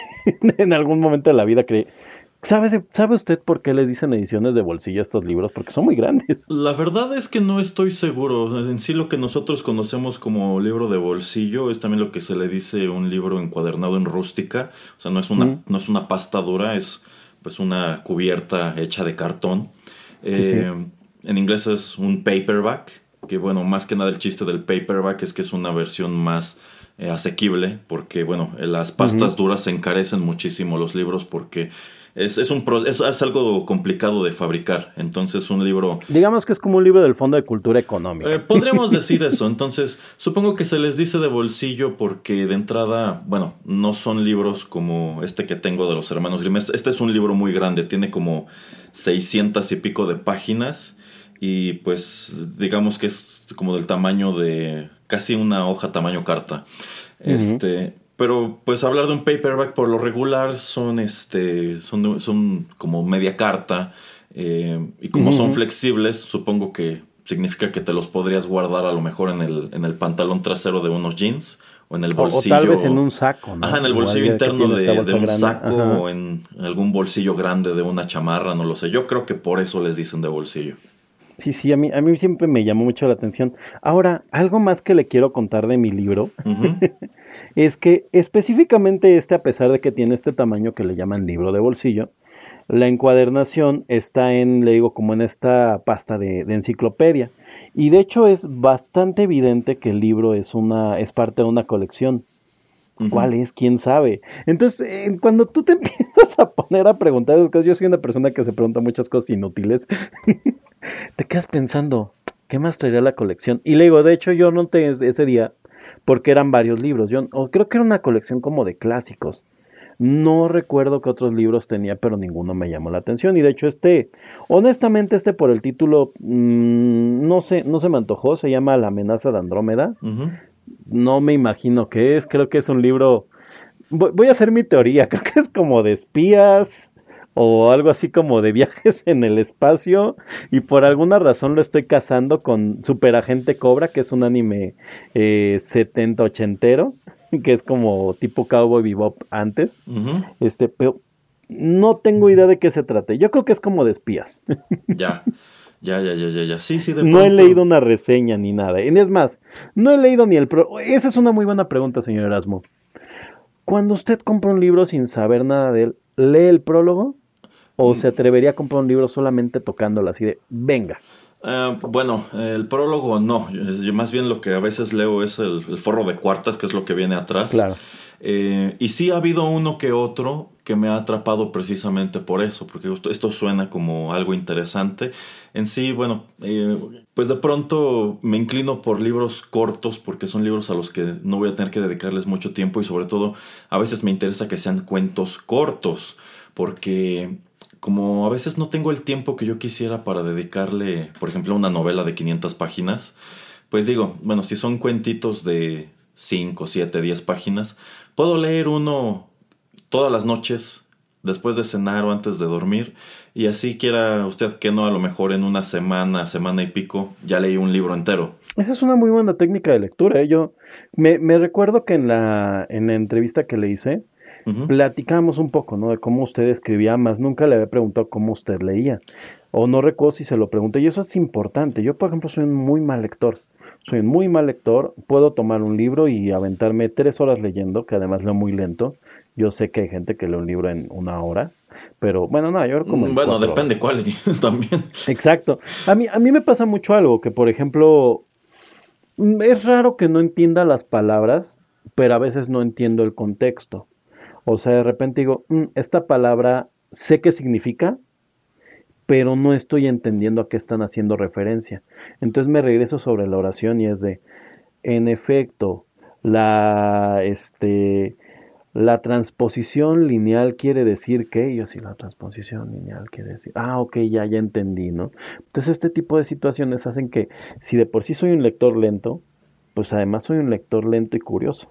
en algún momento de la vida creí. ¿Sabe, ¿Sabe usted por qué les dicen ediciones de bolsillo a estos libros? Porque son muy grandes. La verdad es que no estoy seguro. En sí lo que nosotros conocemos como libro de bolsillo es también lo que se le dice un libro encuadernado en rústica. O sea, no es una, Mm, no es una pasta dura, es pues una cubierta hecha de cartón. sí, sí. Eh, en inglés es un paperback, que bueno, más que nada el chiste del paperback es que es una versión más eh, asequible, porque bueno, las pastas Ujú. duras se encarecen muchísimo los libros porque es, es un pro- es, es algo complicado de fabricar. Entonces un libro Digamos que es como un libro del Fondo de Cultura eh, Económica. podríamos decir eso. Entonces, supongo que se les dice de bolsillo porque de entrada, bueno, no son libros como este que tengo de los hermanos Grimm. Este este es un libro muy grande, tiene como seiscientas y pico de páginas y pues digamos que es como del tamaño de casi una hoja tamaño carta. Ujú, Este, pero pues hablar de un paperback por lo regular son este son, son como media carta eh, y como ujú, son ujú. flexibles, supongo que significa que te los podrías guardar a lo mejor en el, en el pantalón trasero de unos jeans o en el O, o tal vez en bolsillo, un saco, ajá, ¿no? en el Igual bolsillo ya que interno tiene esta de, de bolsa un grande. saco Ajá. o en algún bolsillo grande de una chamarra, no lo sé. Yo creo que por eso les dicen de bolsillo. Sí, sí, a mí, a mí siempre me llamó mucho la atención. Ahora, algo más que le quiero contar de mi libro Ujú, es que específicamente este, a pesar de que tiene este tamaño que le llaman libro de bolsillo, la encuadernación está en, le digo, como en esta pasta de, de enciclopedia. Y de hecho es bastante evidente que el libro es una, es parte de una colección. ujú. ¿Cuál es? ¿Quién sabe? Entonces, eh, cuando tú te empiezas a poner a preguntar esas cosas, yo soy una persona que se pregunta muchas cosas inútiles, te quedas pensando, ¿qué más traería la colección? Y le digo, de hecho, yo noté ese día porque eran varios libros. Yo o creo que era una colección como de clásicos. No recuerdo qué otros libros tenía, pero ninguno me llamó la atención. Y de hecho, este, honestamente, este por el título, mmm, no sé, no se me antojó. Se llama La amenaza de Andrómeda. Ujú. No me imagino qué es. Creo que es un libro. Voy, voy a hacer mi teoría. Creo que es como de espías o algo así como de viajes en el espacio. Y por alguna razón lo estoy casando con Superagente Cobra, que es un anime eh, setenta ochentero, que es como tipo Cowboy Bebop antes. Ujú. Este, pero no tengo idea de qué se trate. Yo creo que es como de espías. Ya, ya, ya, ya, ya, ya. Sí, sí, de No he leído pronto. una reseña ni nada. Y es más, no he leído ni el pro. Esa es una muy buena pregunta, señor Erasmo. Cuando usted compra un libro sin saber nada de él, ¿lee el prólogo? ¿O se Mm, atrevería a comprar un libro solamente tocándolo así de, venga? eh, bueno, el prólogo no. Yo más bien lo que a veces leo es el, el forro de cuartas, que es lo que viene atrás. Claro. Eh, y sí ha habido uno que otro que me ha atrapado precisamente por eso, porque esto, esto suena como algo interesante. En sí, bueno, eh, pues de pronto me inclino por libros cortos porque son libros a los que no voy a tener que dedicarles mucho tiempo y sobre todo a veces me interesa que sean cuentos cortos porque como a veces no tengo el tiempo que yo quisiera para dedicarle, por ejemplo, a una novela de quinientas páginas, pues digo, bueno, si son cuentitos de cinco, siete, diez páginas, puedo leer uno todas las noches después de cenar o antes de dormir y así quiera usted que no, a lo mejor en una semana, semana y pico, ya leí un libro entero. Esa es una muy buena técnica de lectura. ¿eh? Yo me, me recuerdo que en la, en la entrevista que le hice, Ujú. platicábamos un poco, ¿no? De cómo usted escribía, más nunca le había preguntado cómo usted leía. O no recuerdo si se lo pregunté. Y eso es importante. Yo, por ejemplo, soy un muy mal lector. Soy un muy mal lector. Puedo tomar un libro y aventarme tres horas leyendo, que además leo muy lento. Yo sé que hay gente que lee un libro en una hora. Pero bueno, no, yo creo como Mm, en Bueno, cuatro horas. depende cuál también. Exacto. A mí, a mí me pasa mucho algo, que por ejemplo, mm, es raro que no entienda las palabras, pero a veces no entiendo el contexto. O sea, de repente digo, "Mm, esta palabra sé qué significa, pero no estoy entendiendo a qué están haciendo referencia". Entonces me regreso sobre la oración y es de, en efecto, la, este, la transposición lineal quiere decir que, y yo sí, la transposición lineal quiere decir, ah, ok, ya, ya entendí, ¿no? Entonces este tipo de situaciones hacen que, si de por sí soy un lector lento, pues además soy un lector lento y curioso.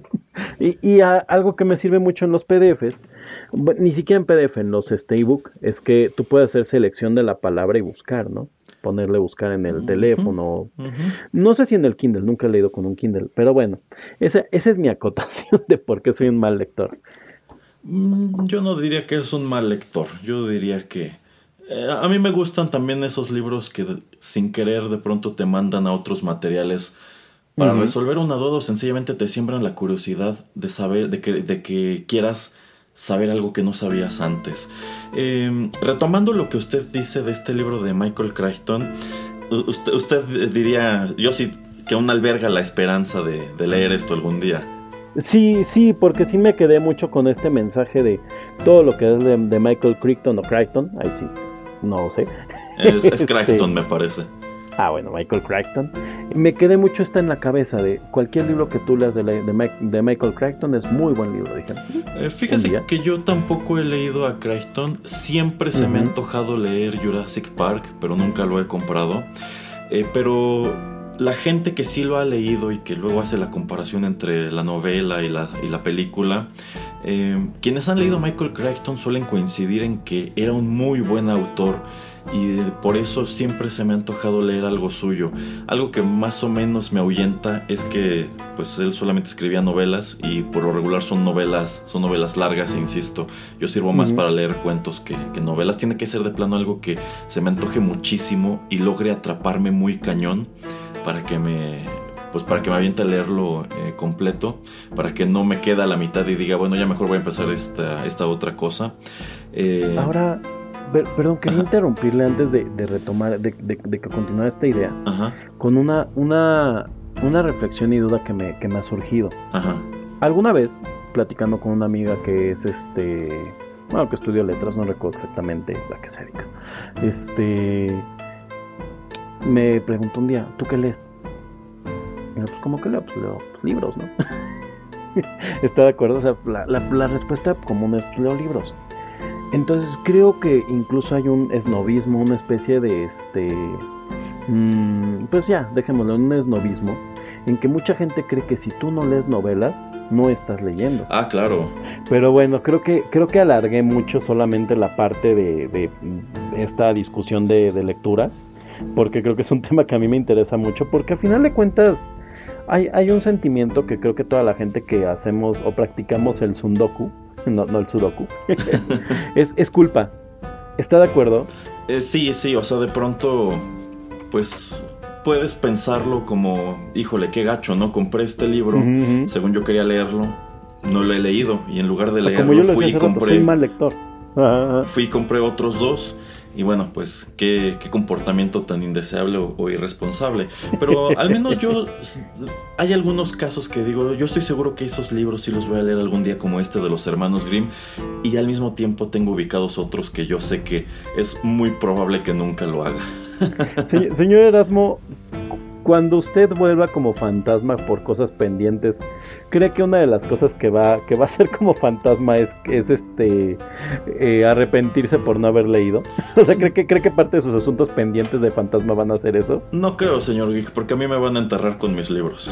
Y, y a- algo que me sirve mucho en los P D Fs, bu- ni siquiera en P D F, en los este, ebook, es que tú puedes hacer selección de la palabra y buscar, ¿no? Ponerle buscar en el Ujú, teléfono. ujú. No sé si en el Kindle, nunca he leído con un Kindle, pero bueno, esa, esa es mi acotación de por qué soy un mal lector. Mm, Yo no diría que es un mal lector, yo diría que eh, a mí me gustan también esos libros que de- sin querer de pronto te mandan a otros materiales para Ujú. resolver una duda o sencillamente te siembran la curiosidad de saber, de que, de que quieras saber algo que no sabías antes. Eh, retomando lo que usted dice de este libro de Michael Crichton, u- usted, usted diría, yo sí, que aún alberga la esperanza de, de leer esto algún día. Sí, sí, porque sí me quedé mucho con este mensaje de todo lo que es de, de Michael Crichton o Crichton, ahí sí, no lo sé. Es, es Este, Crichton, me parece. ah, bueno, Michael Crichton. Me quedé mucho esta en la cabeza de cualquier libro que tú leas de, la- de, Mike- de Michael Crichton es muy buen libro, dije. Eh, Un fíjese día. que yo tampoco he leído a Crichton. Siempre se me ha Ujú, antojado leer Jurassic Park, pero nunca lo he comprado. Eh, pero la gente que sí lo ha leído y que luego hace la comparación entre la novela y la, y la película, eh, quienes han leído a Michael Crichton suelen coincidir en que era un muy buen autor y por eso siempre se me ha antojado leer algo suyo. Algo que más o menos me ahuyenta es que pues él solamente escribía novelas y por lo regular son novelas, son novelas largas, e insisto, yo sirvo más ujú. para leer cuentos que, que novelas. Tiene que ser de plano algo que se me antoje muchísimo y logre atraparme muy cañón para que me pues para que me aviente a leerlo eh, completo, para que no me quede a la mitad y diga, bueno, ya mejor voy a empezar esta, esta otra cosa. Eh, Ahora, per- perdón, quería ajá, interrumpirle antes de, de retomar, de, de- de que continúe esta idea, ajá, con una, una, una reflexión y duda que me, que me ha surgido. ajá, Alguna vez, platicando con una amiga que es este, bueno, que estudió letras, no recuerdo exactamente a qué se dedica, este, me preguntó un día, ¿tú qué lees? Y yo, pues, ¿cómo que leo? Pues leo pues, libros, ¿no? ¿Está de acuerdo? O sea, la, la, la respuesta común es, leo libros. Entonces creo que incluso hay un esnovismo, una especie de este, mm, pues ya, dejémoslo, un esnovismo, en que mucha gente cree que si tú no lees novelas, no estás leyendo. ah, claro. Pero bueno, creo que, creo que alargué mucho solamente la parte de, de esta discusión de, de lectura, porque creo que es un tema que a mí me interesa mucho, porque al final de cuentas hay, hay un sentimiento que creo que toda la gente que hacemos o practicamos el sundoku, no, no el sudoku, es, es culpa. ¿Está de acuerdo? Eh, sí, sí, o sea, de pronto, pues puedes pensarlo como, híjole, qué gacho, ¿no? Compré este libro, Ujú, ujú. según yo quería leerlo, no lo he leído y en lugar de O como yo leerlo les fui decía y hace rato, soy compré, mal lector. Ajá, ajá. fui y compré otros dos. Y bueno, pues qué, qué comportamiento tan indeseable o, o irresponsable. Pero al menos yo, s- hay algunos casos que digo, yo estoy seguro que esos libros sí los voy a leer algún día como este de los hermanos Grimm. Y al mismo tiempo tengo ubicados otros que yo sé que es muy probable que nunca lo haga. Se- Señor Erasmo, cuando usted vuelva como fantasma por cosas pendientes, ¿cree que una de las cosas que va, que va a hacer como fantasma es, es este eh, arrepentirse por no haber leído? O sea, ¿cree que, ¿cree que parte de sus asuntos pendientes de fantasma van a hacer eso? No creo, señor Geek, porque a mí me van a enterrar con mis libros.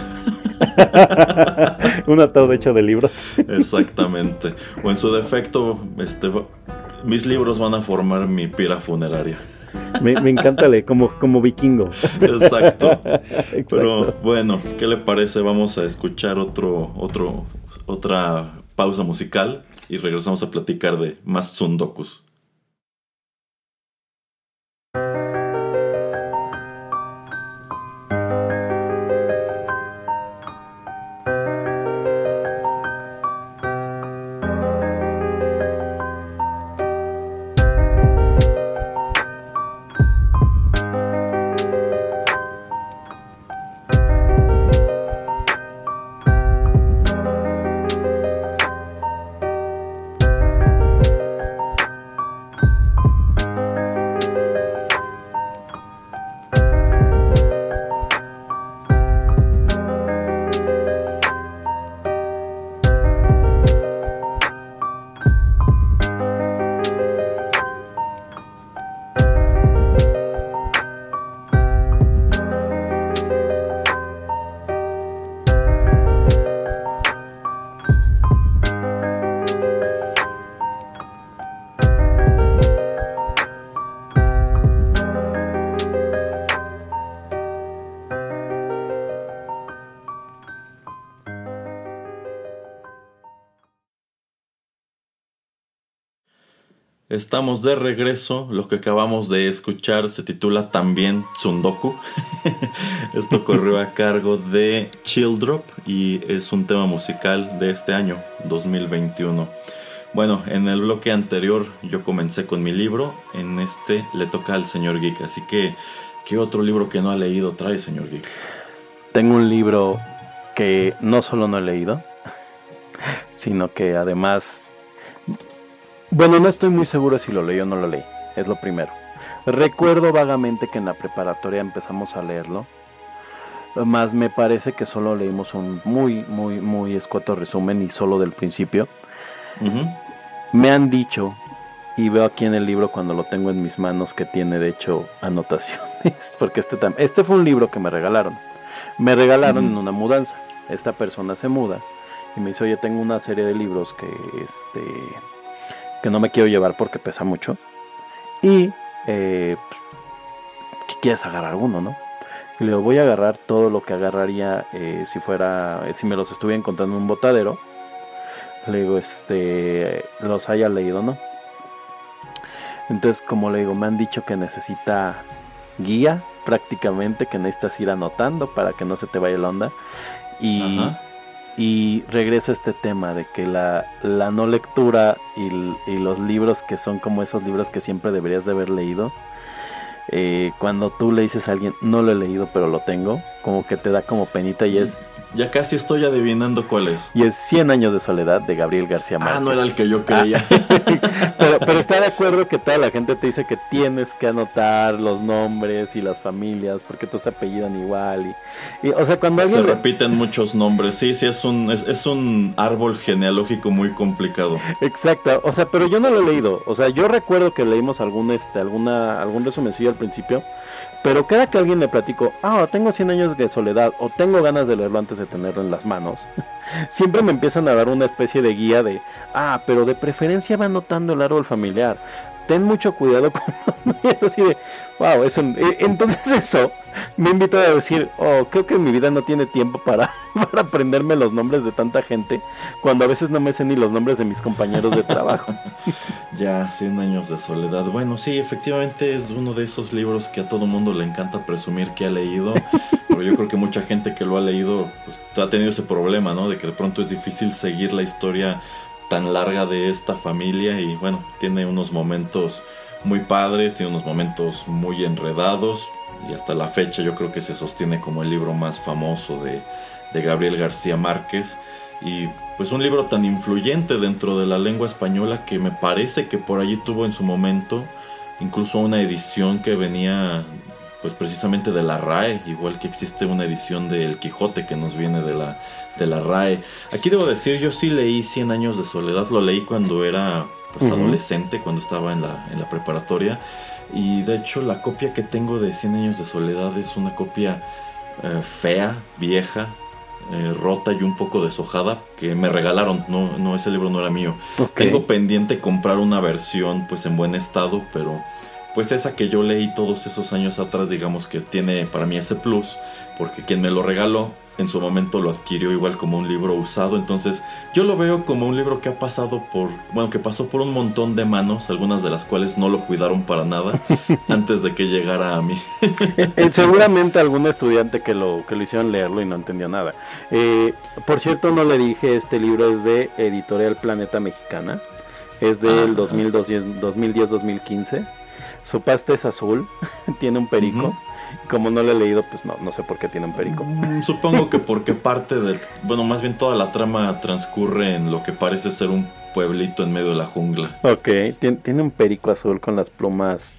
Un ataúd hecho de libros. Exactamente. O en su defecto, este, va- mis libros van a formar mi pira funeraria. Me, me encanta leer, como, como vikingo. Exacto. Pero Exacto. bueno, ¿qué le parece? Vamos a escuchar otro, otro, otra pausa musical y regresamos a platicar de más tsundokus. Estamos de regreso. Lo que acabamos de escuchar se titula también Tsundoku. Esto corrió a cargo de Chilldrop y es un tema musical de este año, dos mil veintiuno. Bueno, en el bloque anterior yo comencé con mi libro. En este le toca al señor Geek. Así que, ¿qué otro libro que no ha leído trae, señor Geek? Tengo un libro que no solo no he leído, sino que además... Bueno, no estoy muy seguro si lo leí o no lo leí, es lo primero. Recuerdo vagamente que en la preparatoria empezamos a leerlo, más me parece que solo leímos un muy, muy, muy escueto resumen y solo del principio. Uh-huh. Me han dicho, y veo aquí en el libro cuando lo tengo en mis manos, que tiene de hecho anotaciones, porque este, tam- este fue un libro que me regalaron. Me regalaron uh-huh. en una mudanza. Esta persona se muda y me dice, oye, tengo una serie de libros que este... que no me quiero llevar porque pesa mucho y eh, pues, quieres agarrar uno, ¿no? Y le digo, voy a agarrar todo lo que agarraría eh, si fuera, eh, si me los estuviera encontrando en un botadero. Le digo, este, los haya leído, ¿no? Entonces, como le digo, me han dicho que necesita guía prácticamente, que necesitas ir anotando para que no se te vaya la onda. Y Ajá. Y regresa este tema de que la, la no lectura y, y los libros que son como esos libros que siempre deberías de haber leído, eh, cuando tú le dices a alguien, no lo he leído pero lo tengo, como que te da como penita y es... Ya casi estoy adivinando cuál es. Y es Cien años de soledad de Gabriel García Márquez. Ah, no era el que yo creía. Ah. pero, pero está de acuerdo que toda la gente te dice que tienes que anotar los nombres y las familias porque todos se apellidan igual. Y, y, o sea, cuando alguien... Se le... repiten muchos nombres. Sí, sí, es un, es, es un árbol genealógico muy complicado. Exacto. O sea, pero yo no lo he leído. O sea, yo recuerdo que leímos algún, este, alguna, algún resumencillo al principio. Pero cada que alguien le platico, ah, tengo cien años de soledad o tengo ganas de leerlo antes de tenerlo en las manos, siempre me empiezan a dar una especie de guía de, ah, pero de preferencia va anotando el árbol familiar. Ten mucho cuidado con es así de, wow, eso, entonces eso me invita a decir, oh, creo que mi vida no tiene tiempo para, para aprenderme los nombres de tanta gente, cuando a veces no me sé ni los nombres de mis compañeros de trabajo. Ya, Cien años de soledad. Bueno, sí, efectivamente es uno de esos libros que a todo mundo le encanta presumir que ha leído, pero yo creo que mucha gente que lo ha leído pues ha tenido ese problema, ¿no? De que de pronto es difícil seguir la historia tan larga de esta familia y bueno, tiene unos momentos muy padres, tiene unos momentos muy enredados y hasta la fecha yo creo que se sostiene como el libro más famoso de, de Gabriel García Márquez y pues un libro tan influyente dentro de la lengua española que me parece que por allí tuvo en su momento incluso una edición que venía pues precisamente de la R A E, igual que existe una edición de El Quijote que nos viene de la, de la R A E. Aquí debo decir, yo sí leí Cien años de soledad, lo leí cuando era pues uh-huh. adolescente, cuando estaba en la, en la preparatoria, y de hecho la copia que tengo de Cien años de soledad es una copia eh, fea, vieja, eh, rota y un poco deshojada, que me regalaron, no, no ese libro no era mío. Okay. Tengo pendiente comprar una versión pues en buen estado, pero... pues esa que yo leí todos esos años atrás, digamos que tiene para mí ese plus, porque quien me lo regaló en su momento lo adquirió igual como un libro usado, entonces yo lo veo como un libro que ha pasado por, bueno, que pasó por un montón de manos, algunas de las cuales no lo cuidaron para nada antes de que llegara a mí. Seguramente algún estudiante que lo, que lo hicieron leerlo y no entendió nada. Eh, por cierto, no le dije, este libro es de Editorial Planeta Mexicana, es del dos mil diez dos mil quince. Su pasta es azul, tiene un perico. Uh-huh. Como no lo he leído, pues no, no sé por qué tiene un perico. Mm, supongo que porque parte de... Bueno, más bien toda la trama transcurre en lo que parece ser un pueblito en medio de la jungla. Ok, tiene, tiene un perico azul con las plumas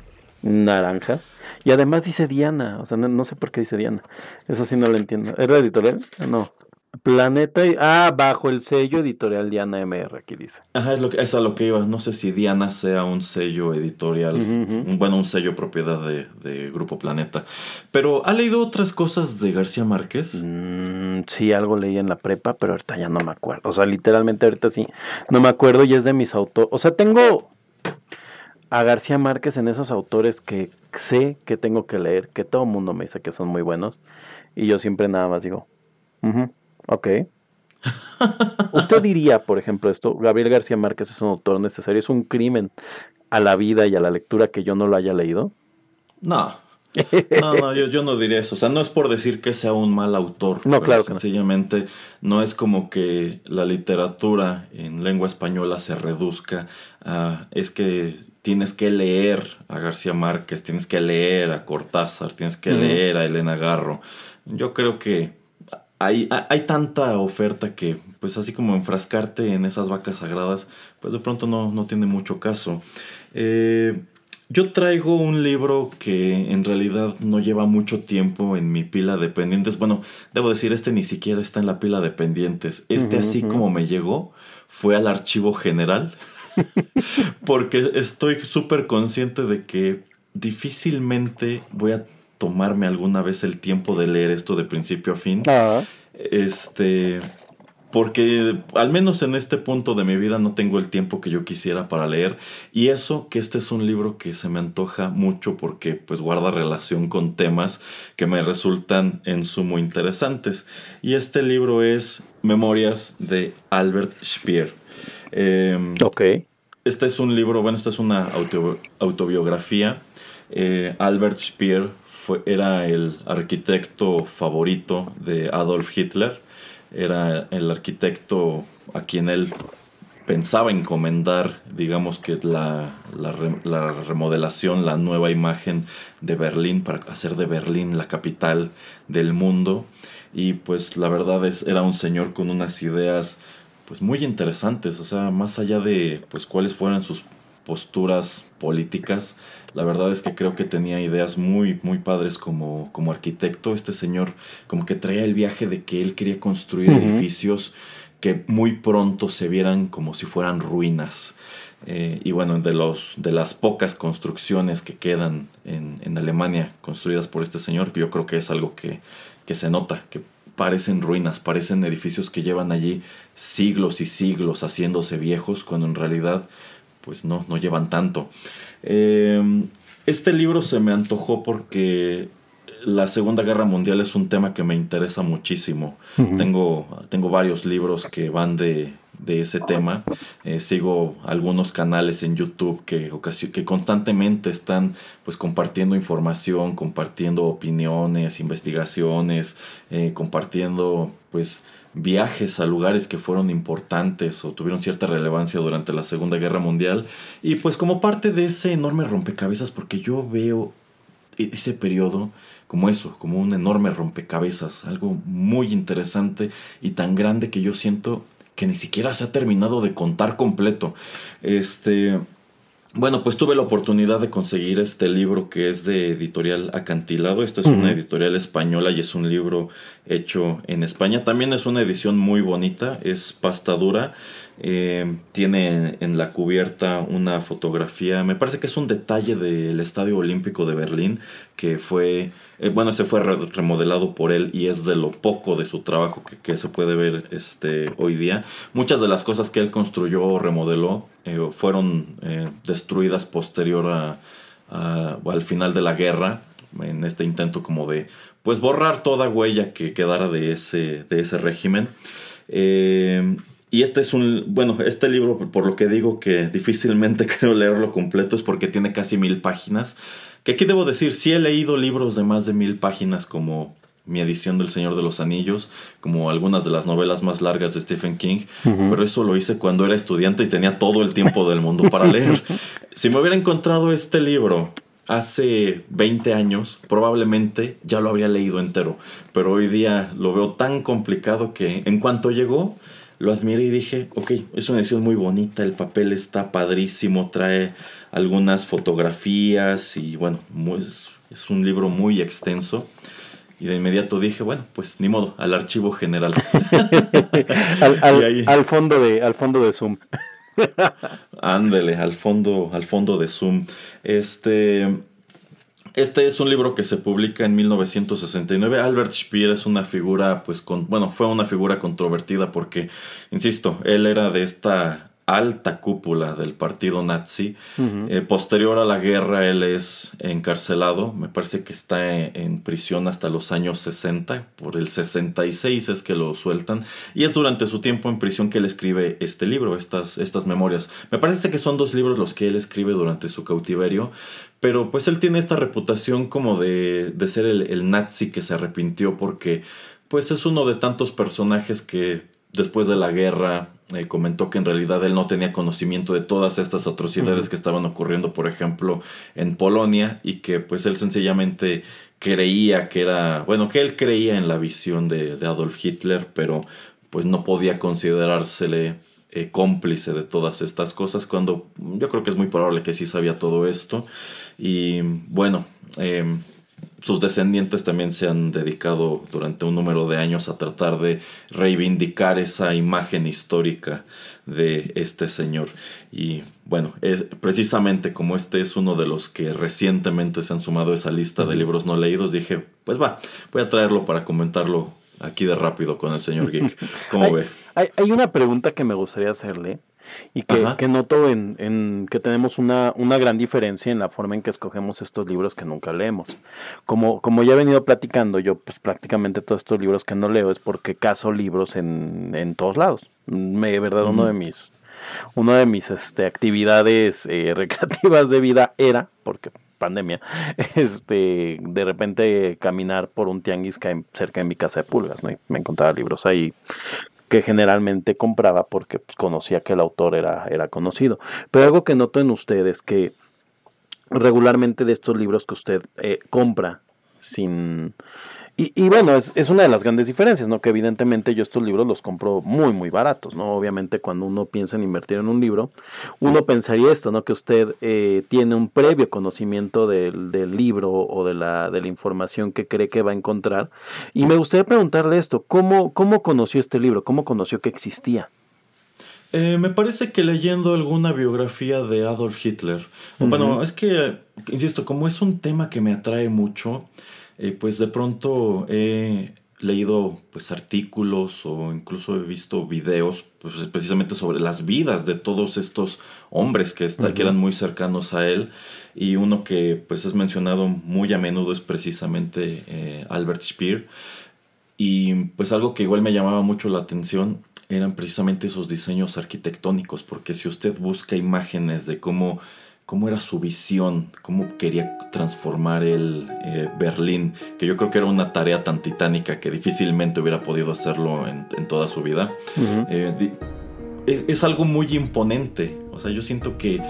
naranja. Y además dice Diana, o sea, no, no sé por qué dice Diana. Eso sí no lo entiendo. ¿Era editorial? No. Planeta y... Ah, bajo el sello editorial Diana M R, aquí dice. Ajá, es, lo que, es a lo que iba. No sé si Diana sea un sello editorial, uh-huh, uh-huh. Un, bueno, un sello propiedad de, de Grupo Planeta. Pero, ¿ha leído otras cosas de García Márquez? Mm, sí, algo leí en la prepa, pero ahorita ya no me acuerdo. O sea, literalmente ahorita sí, no me acuerdo y es de mis autores. O sea, tengo a García Márquez en esos autores que sé que tengo que leer, que todo el mundo me dice que son muy buenos. Y yo siempre nada más digo, uh-huh. Ok. ¿Usted diría, por ejemplo, esto, Gabriel García Márquez es un autor necesario, es un crimen a la vida y a la lectura que yo no lo haya leído? No, no, no, yo, yo no diría eso. O sea, no es por decir que sea un mal autor, No, pero claro que no. sencillamente no es como que la literatura en lengua española se reduzca a... Es que tienes que leer a García Márquez, tienes que leer a Cortázar, tienes que Ujú. leer a Elena Garro. Yo creo que hay, hay, hay tanta oferta que, pues así como enfrascarte en esas vacas sagradas, pues de pronto no, no tiene mucho caso. Eh... Yo traigo un libro que en realidad no lleva mucho tiempo en mi pila de pendientes. Bueno, debo decir, este ni siquiera está en la pila de pendientes. Este, Ujú, así ujú. como me llegó, fue al archivo general. Porque estoy súper consciente de que difícilmente voy a tomarme alguna vez el tiempo de leer esto de principio a fin. Ah, Este... Porque al menos en este punto de mi vida no tengo el tiempo que yo quisiera para leer. Y eso que este es un libro que se me antoja mucho porque pues guarda relación con temas que me resultan en sumo interesantes. Y este libro es Memorias de Albert Speer. Eh, ok. este es un libro, bueno, esta es una auto, autobiografía. Eh, Albert Speer fue, era el arquitecto favorito de Adolf Hitler. Era el arquitecto a quien él pensaba encomendar, digamos que la, la, la remodelación, la nueva imagen de Berlín, para hacer de Berlín la capital del mundo. Y pues la verdad es, era un señor con unas ideas pues muy interesantes, o sea, más allá de pues cuáles fueran sus posturas políticas, la verdad es que creo que tenía ideas muy, muy padres como, como arquitecto. Este señor como que traía el viaje de que él quería construir Ujú. edificios que muy pronto se vieran como si fueran ruinas. Eh, y bueno, de, los, de las pocas construcciones que quedan en, en Alemania construidas por este señor, yo creo que es algo que, que se nota, que parecen ruinas, parecen edificios que llevan allí siglos y siglos haciéndose viejos, cuando en realidad pues no, no llevan tanto. Eh, este libro se me antojó porque la Segunda Guerra Mundial es un tema que me interesa muchísimo. Ujú. Tengo, tengo varios libros que van de, de ese tema. Eh, sigo algunos canales en YouTube que, ocasio- que constantemente están pues compartiendo información, compartiendo opiniones, investigaciones, eh, compartiendo pues viajes a lugares que fueron importantes o tuvieron cierta relevancia durante la Segunda Guerra Mundial. Y pues como parte de ese enorme rompecabezas, porque yo veo ese periodo como eso, como un enorme rompecabezas, algo muy interesante y tan grande que yo siento que ni siquiera se ha terminado de contar completo. Este, bueno, pues tuve la oportunidad de conseguir este libro que es de Editorial Acantilado. Esta es Ujú. una editorial española y es un libro hecho en España. También es una edición muy bonita, es pasta dura. Eh, tiene en la cubierta una fotografía, me parece que es un detalle del Estadio Olímpico de Berlín, que fue, eh, bueno, se fue re remodelado por él y es de lo poco de su trabajo que, que se puede ver este, hoy día. Muchas de las cosas que él construyó o remodeló eh, fueron eh, destruidas posterior a, a, al final de la guerra, en este intento como de pues borrar toda huella que quedara de ese, de ese régimen. Eh, y este es un, bueno, este libro, por lo que digo que difícilmente creo leerlo completo, es porque tiene casi mil páginas. Que aquí debo decir, sí he leído libros de más de mil páginas, como mi edición del Señor de los Anillos, como algunas de las novelas más largas de Stephen King, Ujú. pero eso lo hice cuando era estudiante y tenía todo el tiempo del mundo para leer. Si me hubiera encontrado este libro hace veinte años, probablemente ya lo habría leído entero, pero hoy día lo veo tan complicado que en cuanto llegó, lo admiré y dije, ok, es una edición muy bonita, el papel está padrísimo, trae algunas fotografías y bueno, es, es un libro muy extenso. Y de inmediato dije, bueno, pues ni modo, al archivo general. al, Y al, ahí, al fondo de, al fondo de Zoom. ándele, al fondo, al fondo de Zoom. Este, este es un libro que se publica en mil novecientos sesenta y nueve. Albert Speer es una figura, pues, con, bueno, fue una figura controvertida porque, insisto, él era de esta alta cúpula del partido nazi. Uh-huh. Eh, posterior a la guerra él es encarcelado, me parece que está en, en prisión hasta los años sesenta, por el sesenta y seis es que lo sueltan, y es durante su tiempo en prisión que él escribe este libro, estas, estas memorias. Me parece que son dos libros los que él escribe durante su cautiverio, pero pues él tiene esta reputación como de, de ser el, el nazi que se arrepintió, porque pues es uno de tantos personajes que después de la guerra eh, comentó que en realidad él no tenía conocimiento de todas estas atrocidades uh-huh. que estaban ocurriendo, por ejemplo, en Polonia, y que pues él sencillamente creía que era, bueno, que él creía en la visión de, de Adolf Hitler, pero pues no podía considerársele eh, cómplice de todas estas cosas, cuando yo creo que es muy probable que sí sabía todo esto. Y bueno, eh, sus descendientes también se han dedicado durante un número de años a tratar de reivindicar esa imagen histórica de este señor. Y bueno, es, precisamente como este es uno de los que recientemente se han sumado a esa lista de libros no leídos, dije, pues va, voy a traerlo para comentarlo aquí de rápido con el señor Geek. ¿Cómo hay, ve? Hay, hay una pregunta que me gustaría hacerle. Y que, que noto en, en que tenemos una, una gran diferencia en la forma en que escogemos estos libros que nunca leemos. Como, como ya he venido platicando, yo pues prácticamente todos estos libros que no leo es porque cazo libros en, en todos lados. Me, de verdad, uh-huh. uno de mis, uno de mis este, actividades eh, recreativas de vida era, porque pandemia, este, de repente caminar por un tianguis que hay cerca de mi casa de Pulgas, ¿no? Y me encontraba libros ahí que generalmente compraba porque pues, conocía que el autor era, era conocido. Pero algo que noto en usted es que regularmente de estos libros que usted eh, compra sin... Y, y bueno, es, es una de las grandes diferencias, ¿no? Que evidentemente yo estos libros los compro muy, muy baratos, ¿no? Obviamente cuando uno piensa en invertir en un libro, uno pensaría esto, ¿no? Que usted eh, tiene un previo conocimiento del, del libro o de la, de la información que cree que va a encontrar. Y me gustaría preguntarle esto, ¿cómo, cómo conoció este libro? ¿Cómo conoció que existía? Eh, me parece que leyendo alguna biografía de Adolf Hitler. Uh-huh. Bueno, es que, insisto, como es un tema que me atrae mucho... Eh, pues de pronto he leído pues artículos o incluso he visto videos pues precisamente sobre las vidas de todos estos hombres que, está, uh-huh. que eran muy cercanos a él, y uno que pues es mencionado muy a menudo es precisamente eh, Albert Speer, y pues algo que igual me llamaba mucho la atención eran precisamente esos diseños arquitectónicos, porque si usted busca imágenes de cómo cómo era su visión, cómo quería transformar el eh, Berlín, que yo creo que era una tarea tan titánica que difícilmente hubiera podido hacerlo en, en toda su vida. Uh-huh. Eh, di, es, es algo muy imponente. O sea, yo siento que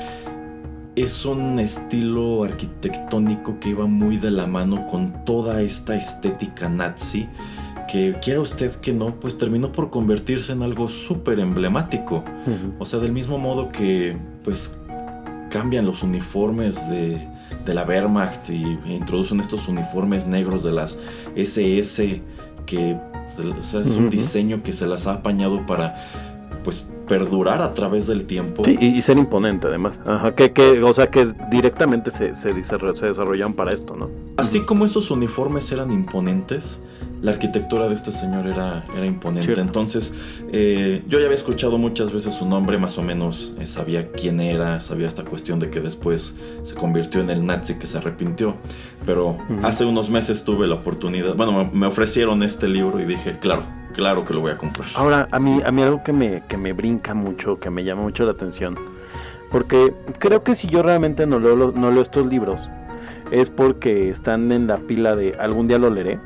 es un estilo arquitectónico que iba muy de la mano con toda esta estética nazi, que quiera usted que no, pues terminó por convertirse en algo súper emblemático. Uh-huh. O sea, del mismo modo que, pues, cambian los uniformes de, de la Wehrmacht y introducen estos uniformes negros de las ese ese, que o sea, es un uh-huh. diseño que se las ha apañado para pues perdurar a través del tiempo. Sí, y, y ser imponente además. Ajá, que, que, o sea, que directamente se, se, desarroll, se desarrollaron para esto, ¿no? Así uh-huh. como esos uniformes eran imponentes, la arquitectura de este señor era, era imponente. Cierto. Entonces, eh, yo ya había escuchado muchas veces su nombre, más o menos eh, sabía quién era, sabía esta cuestión de que después se convirtió en el nazi que se arrepintió. Pero uh-huh. hace unos meses tuve la oportunidad, bueno, me ofrecieron este libro y dije, claro, claro que lo voy a comprar. Ahora, a mí, a mí algo que me, que me brinca mucho, que me llama mucho la atención, porque creo que si yo realmente no leo, no leo estos libros, es porque están en la pila de algún día lo leeré.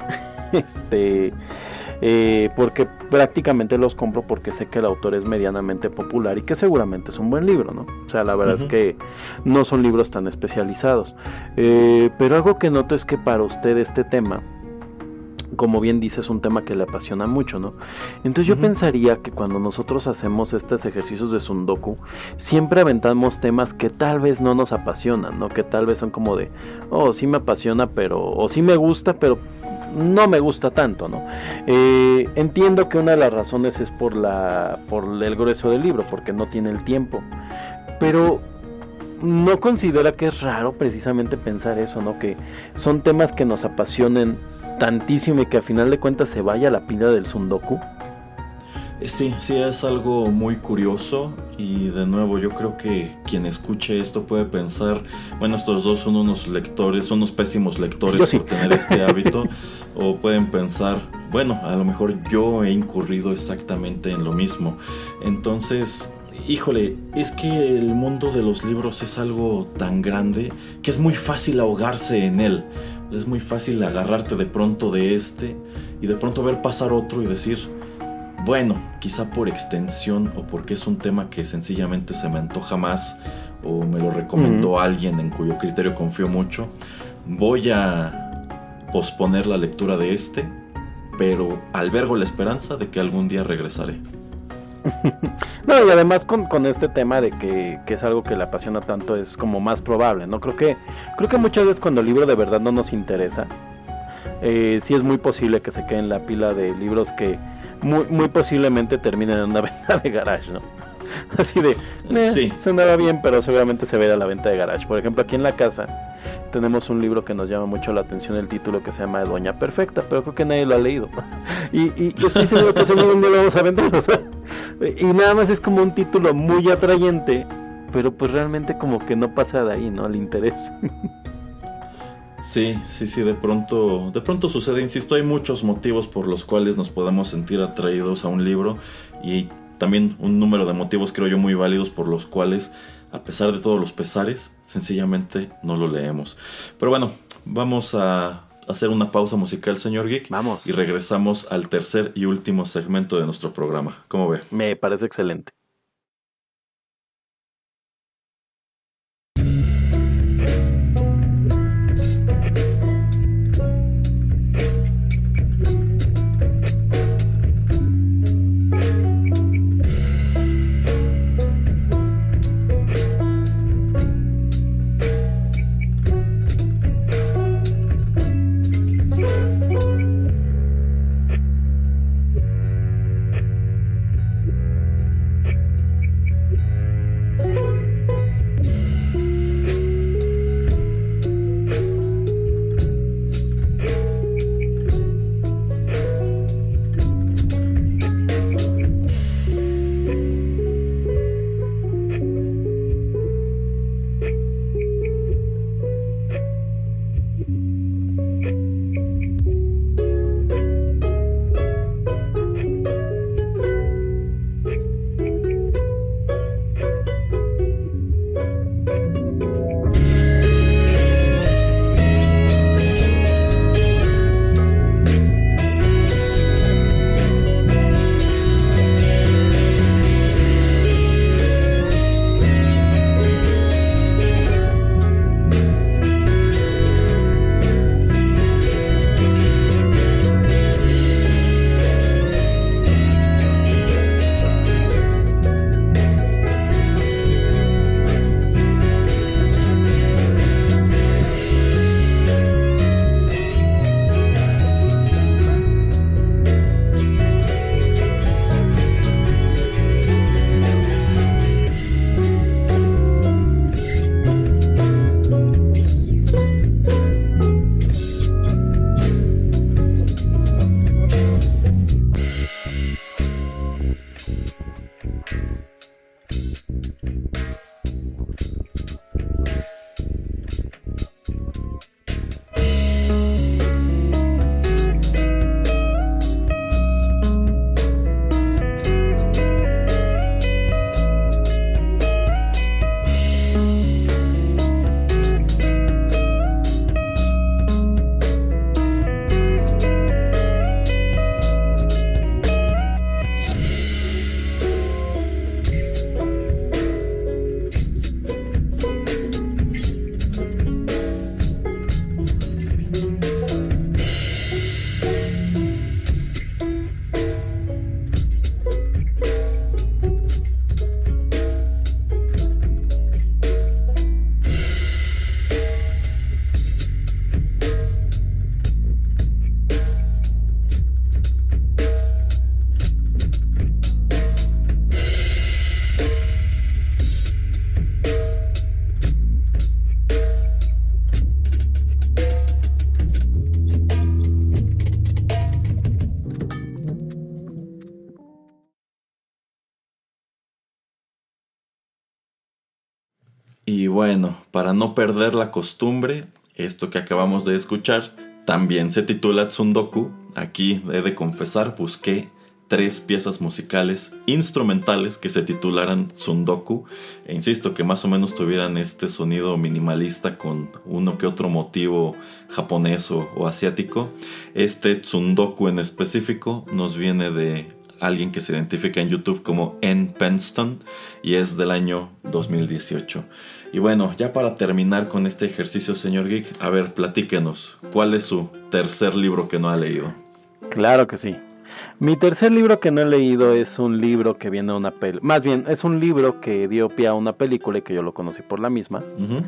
Este, eh, porque prácticamente los compro porque sé que el autor es medianamente popular y que seguramente es un buen libro, ¿no? O sea, la verdad uh-huh. es que no son libros tan especializados. Eh, pero algo que noto es que para usted este tema, como bien dice, es un tema que le apasiona mucho, ¿no? Entonces yo uh-huh. pensaría que cuando nosotros hacemos estos ejercicios de Sundoku, siempre aventamos temas que tal vez no nos apasionan, ¿no? Que tal vez son como de, oh, sí me apasiona, pero, o sí me gusta, pero no me gusta tanto, ¿no? Eh, entiendo que una de las razones es por la, por el grueso del libro, porque no tiene el tiempo, pero no considera que es raro precisamente pensar eso, ¿no? Que son temas que nos apasionen tantísimo y que a final de cuentas se vaya a la pila del Sundoku. Sí, sí, es algo muy curioso y de nuevo yo creo que quien escuche esto puede pensar, bueno, estos dos son unos lectores, son unos pésimos lectores sí. por tener este hábito, o pueden pensar, bueno, a lo mejor yo he incurrido exactamente en lo mismo. Entonces, híjole, es que el mundo de los libros es algo tan grande que es muy fácil ahogarse en él. Es muy fácil agarrarte de pronto de este y de pronto ver pasar otro y decir, bueno, quizá por extensión o porque es un tema que sencillamente se me antoja más o me lo recomendó uh-huh. alguien en cuyo criterio confío mucho, voy a posponer la lectura de este, pero albergo la esperanza de que algún día regresaré. No, y además con, con este tema de que, que es algo que le apasiona tanto, es como más probable, ¿no? Creo que, creo que muchas veces cuando el libro de verdad no nos interesa, eh, sí es muy posible que se quede en la pila de libros que muy, muy posiblemente terminen en una venta de garage, ¿no? Así de, eh, sí. sonaba bien, pero seguramente se ve a la venta de garage. Por ejemplo, aquí en la casa tenemos un libro que nos llama mucho la atención, el título, que se llama Doña Perfecta, pero creo que nadie lo ha leído. Y, y yo estoy seguro que seguro un día lo vamos a vender, o sea, y nada más es como un título muy atrayente, pero pues realmente como que no pasa de ahí, ¿no? El interés. Sí, sí, sí, de pronto, de pronto sucede, insisto, hay muchos motivos por los cuales nos podemos sentir atraídos a un libro y también un número de motivos, creo yo, muy válidos por los cuales, a pesar de todos los pesares, sencillamente no lo leemos. Pero bueno, vamos a hacer una pausa musical, señor Geek. Vamos. Y regresamos al tercer y último segmento de nuestro programa. ¿Cómo ve? Me parece excelente. Y bueno, para no perder la costumbre, esto que acabamos de escuchar también se titula Tsundoku. Aquí he de confesar, busqué tres piezas musicales instrumentales que se titularan Tsundoku, e insisto que más o menos tuvieran este sonido minimalista con uno que otro motivo japonés o, o asiático. Este Tsundoku en específico nos viene de alguien que se identifica en YouTube como N. Penston y es del año dos mil dieciocho. Y bueno, ya para terminar con este ejercicio, señor Geek, a ver, platíquenos, ¿cuál es su tercer libro que no ha leído? Claro que sí. Mi tercer libro que no he leído es un libro que viene a una película. Más bien, es un libro que dio pie a una película y que yo lo conocí por la misma. Uh-huh.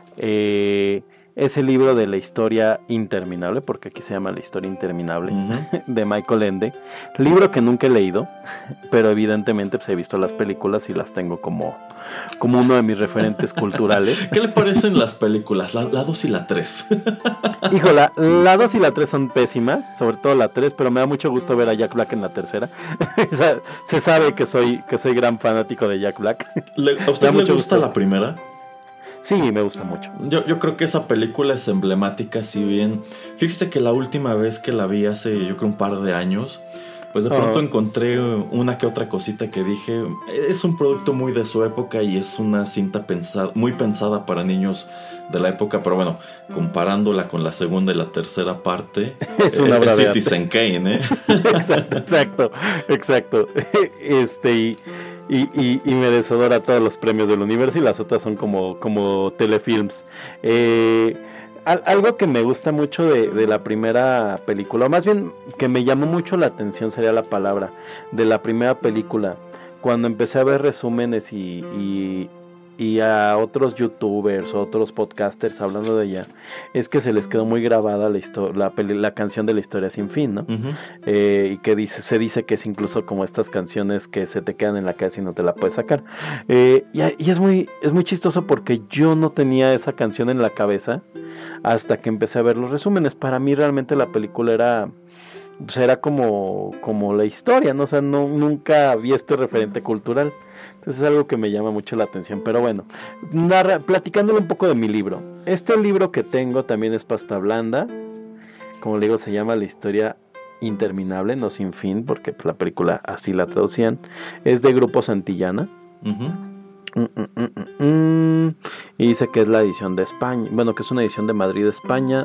Eh, es el libro de La historia interminable, porque aquí se llama La historia interminable, uh-huh. de Michael Ende. Libro que nunca he leído, pero evidentemente pues, he visto las películas y las tengo como, como uno de mis referentes culturales. ¿Qué le parecen las películas? La dos y la tres. Hijo, la, la dos y la tres son pésimas, sobre todo la tres, pero me da mucho gusto ver a Jack Black en la tercera. O sea, se sabe que soy, que soy gran fanático de Jack Black. ¿Le, ¿A usted le gusta gusto. la primera? Sí, me gusta mucho. Yo, yo creo que esa película es emblemática, si bien... Fíjese que la última vez que la vi hace, yo creo, un par de años, pues de pronto oh. encontré una que otra cosita que dije, es un producto muy de su época y es una cinta pensada, muy pensada para niños de la época, pero bueno, comparándola con la segunda y la tercera parte, es una eh, es Citizen Kane, ¿eh? Exacto, exacto, exacto. Este, y, y, y, y merecedora todos los premios del universo y las otras son como, como telefilms. Eh... Algo que me gusta mucho de, de la primera película, o más bien que me llamó mucho la atención sería la palabra, de la primera película, cuando empecé a ver resúmenes y, y, y a otros youtubers, otros podcasters hablando de ella, es que se les quedó muy grabada la, histo- la, peli- la canción de La historia sin fin, ¿no? Uh-huh. Eh, y que dice, se dice que es incluso como estas canciones que se te quedan en la cabeza y no te la puedes sacar. Eh, y y es, muy, es muy chistoso porque yo no tenía esa canción en la cabeza hasta que empecé a ver los resúmenes. Para mí realmente la película era, pues era como, como la historia, ¿no? O sea, no, nunca vi este referente cultural. Entonces es algo que me llama mucho la atención. Pero bueno, narra, platicándole un poco de mi libro. Este libro que tengo también es pasta blanda. Como le digo, se llama La historia interminable, no sin fin, porque la película así la traducían. Es de Grupo Santillana. Uh-huh. Mm, mm, mm, mm. Y dice que es la edición de España, bueno, que es una edición de Madrid, España,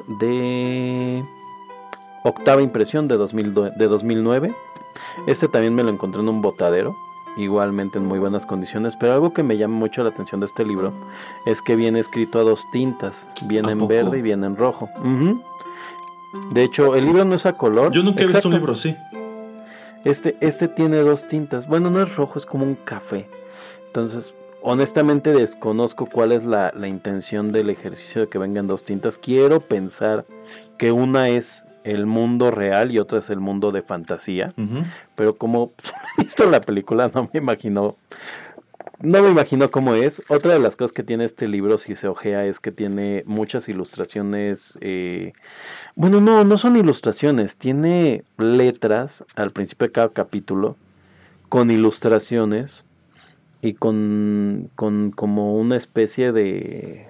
de octava impresión de, dos mil, de dos mil nueve. Este también me lo encontré en un botadero, igualmente en muy buenas condiciones, pero algo que me llama mucho la atención de este libro es que viene escrito a dos tintas, viene en verde y viene en rojo. Uh-huh. De hecho, el libro no es a color. Yo nunca he Exacto. visto un libro así. Este, este tiene dos tintas, bueno, no es rojo, es como un café. Entonces, honestamente desconozco cuál es la, la intención del ejercicio de que vengan dos tintas. Quiero pensar que una es el mundo real y otra es el mundo de fantasía. Uh-huh. Pero como he visto la película, no me imagino... No me imagino cómo es. Otra de las cosas que tiene este libro, si se ojea, es que tiene muchas ilustraciones. Eh... Bueno, no, no son ilustraciones. Tiene letras al principio de cada capítulo con ilustraciones y con, con como una especie de...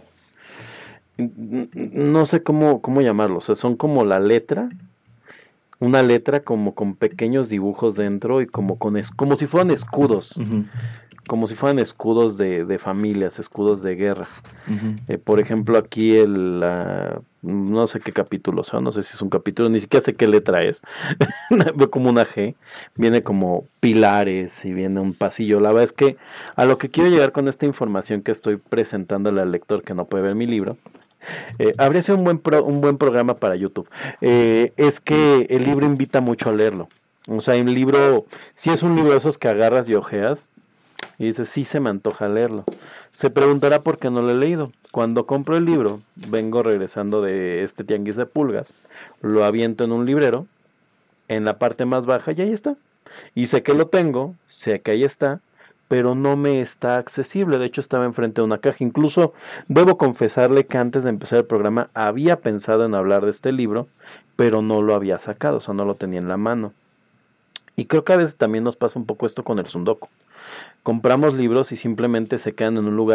No sé cómo, cómo llamarlo. O sea, son como la letra. Una letra como con pequeños dibujos dentro y como con es, como si fueran escudos. Uh-huh. Como si fueran escudos de, de familias, escudos de guerra. Uh-huh. Eh, por ejemplo, aquí el... Uh, no sé qué capítulo son, no sé si es un capítulo, ni siquiera sé qué letra es. Veo como una G. Viene como pilares y viene un pasillo. La verdad es que a lo que quiero llegar con esta información que estoy presentándole al lector que no puede ver mi libro, Eh, habría sido un buen pro, un buen programa para YouTube. Eh, es que el libro invita mucho a leerlo. O sea, el libro, si es un libro de esos que agarras y ojeas y dices, sí se me antoja leerlo. Se preguntará por qué no lo he leído. Cuando compro el libro, vengo regresando de este tianguis de pulgas, lo aviento en un librero, en la parte más baja, y ahí está. Y sé que lo tengo, sé que ahí está, pero no me está accesible. De hecho, estaba enfrente de una caja. Incluso debo confesarle que antes de empezar el programa había pensado en hablar de este libro, pero no lo había sacado, o sea, no lo tenía en la mano. Y creo que a veces también nos pasa un poco esto con el Tsundoku. Compramos libros y simplemente se quedan en un lugar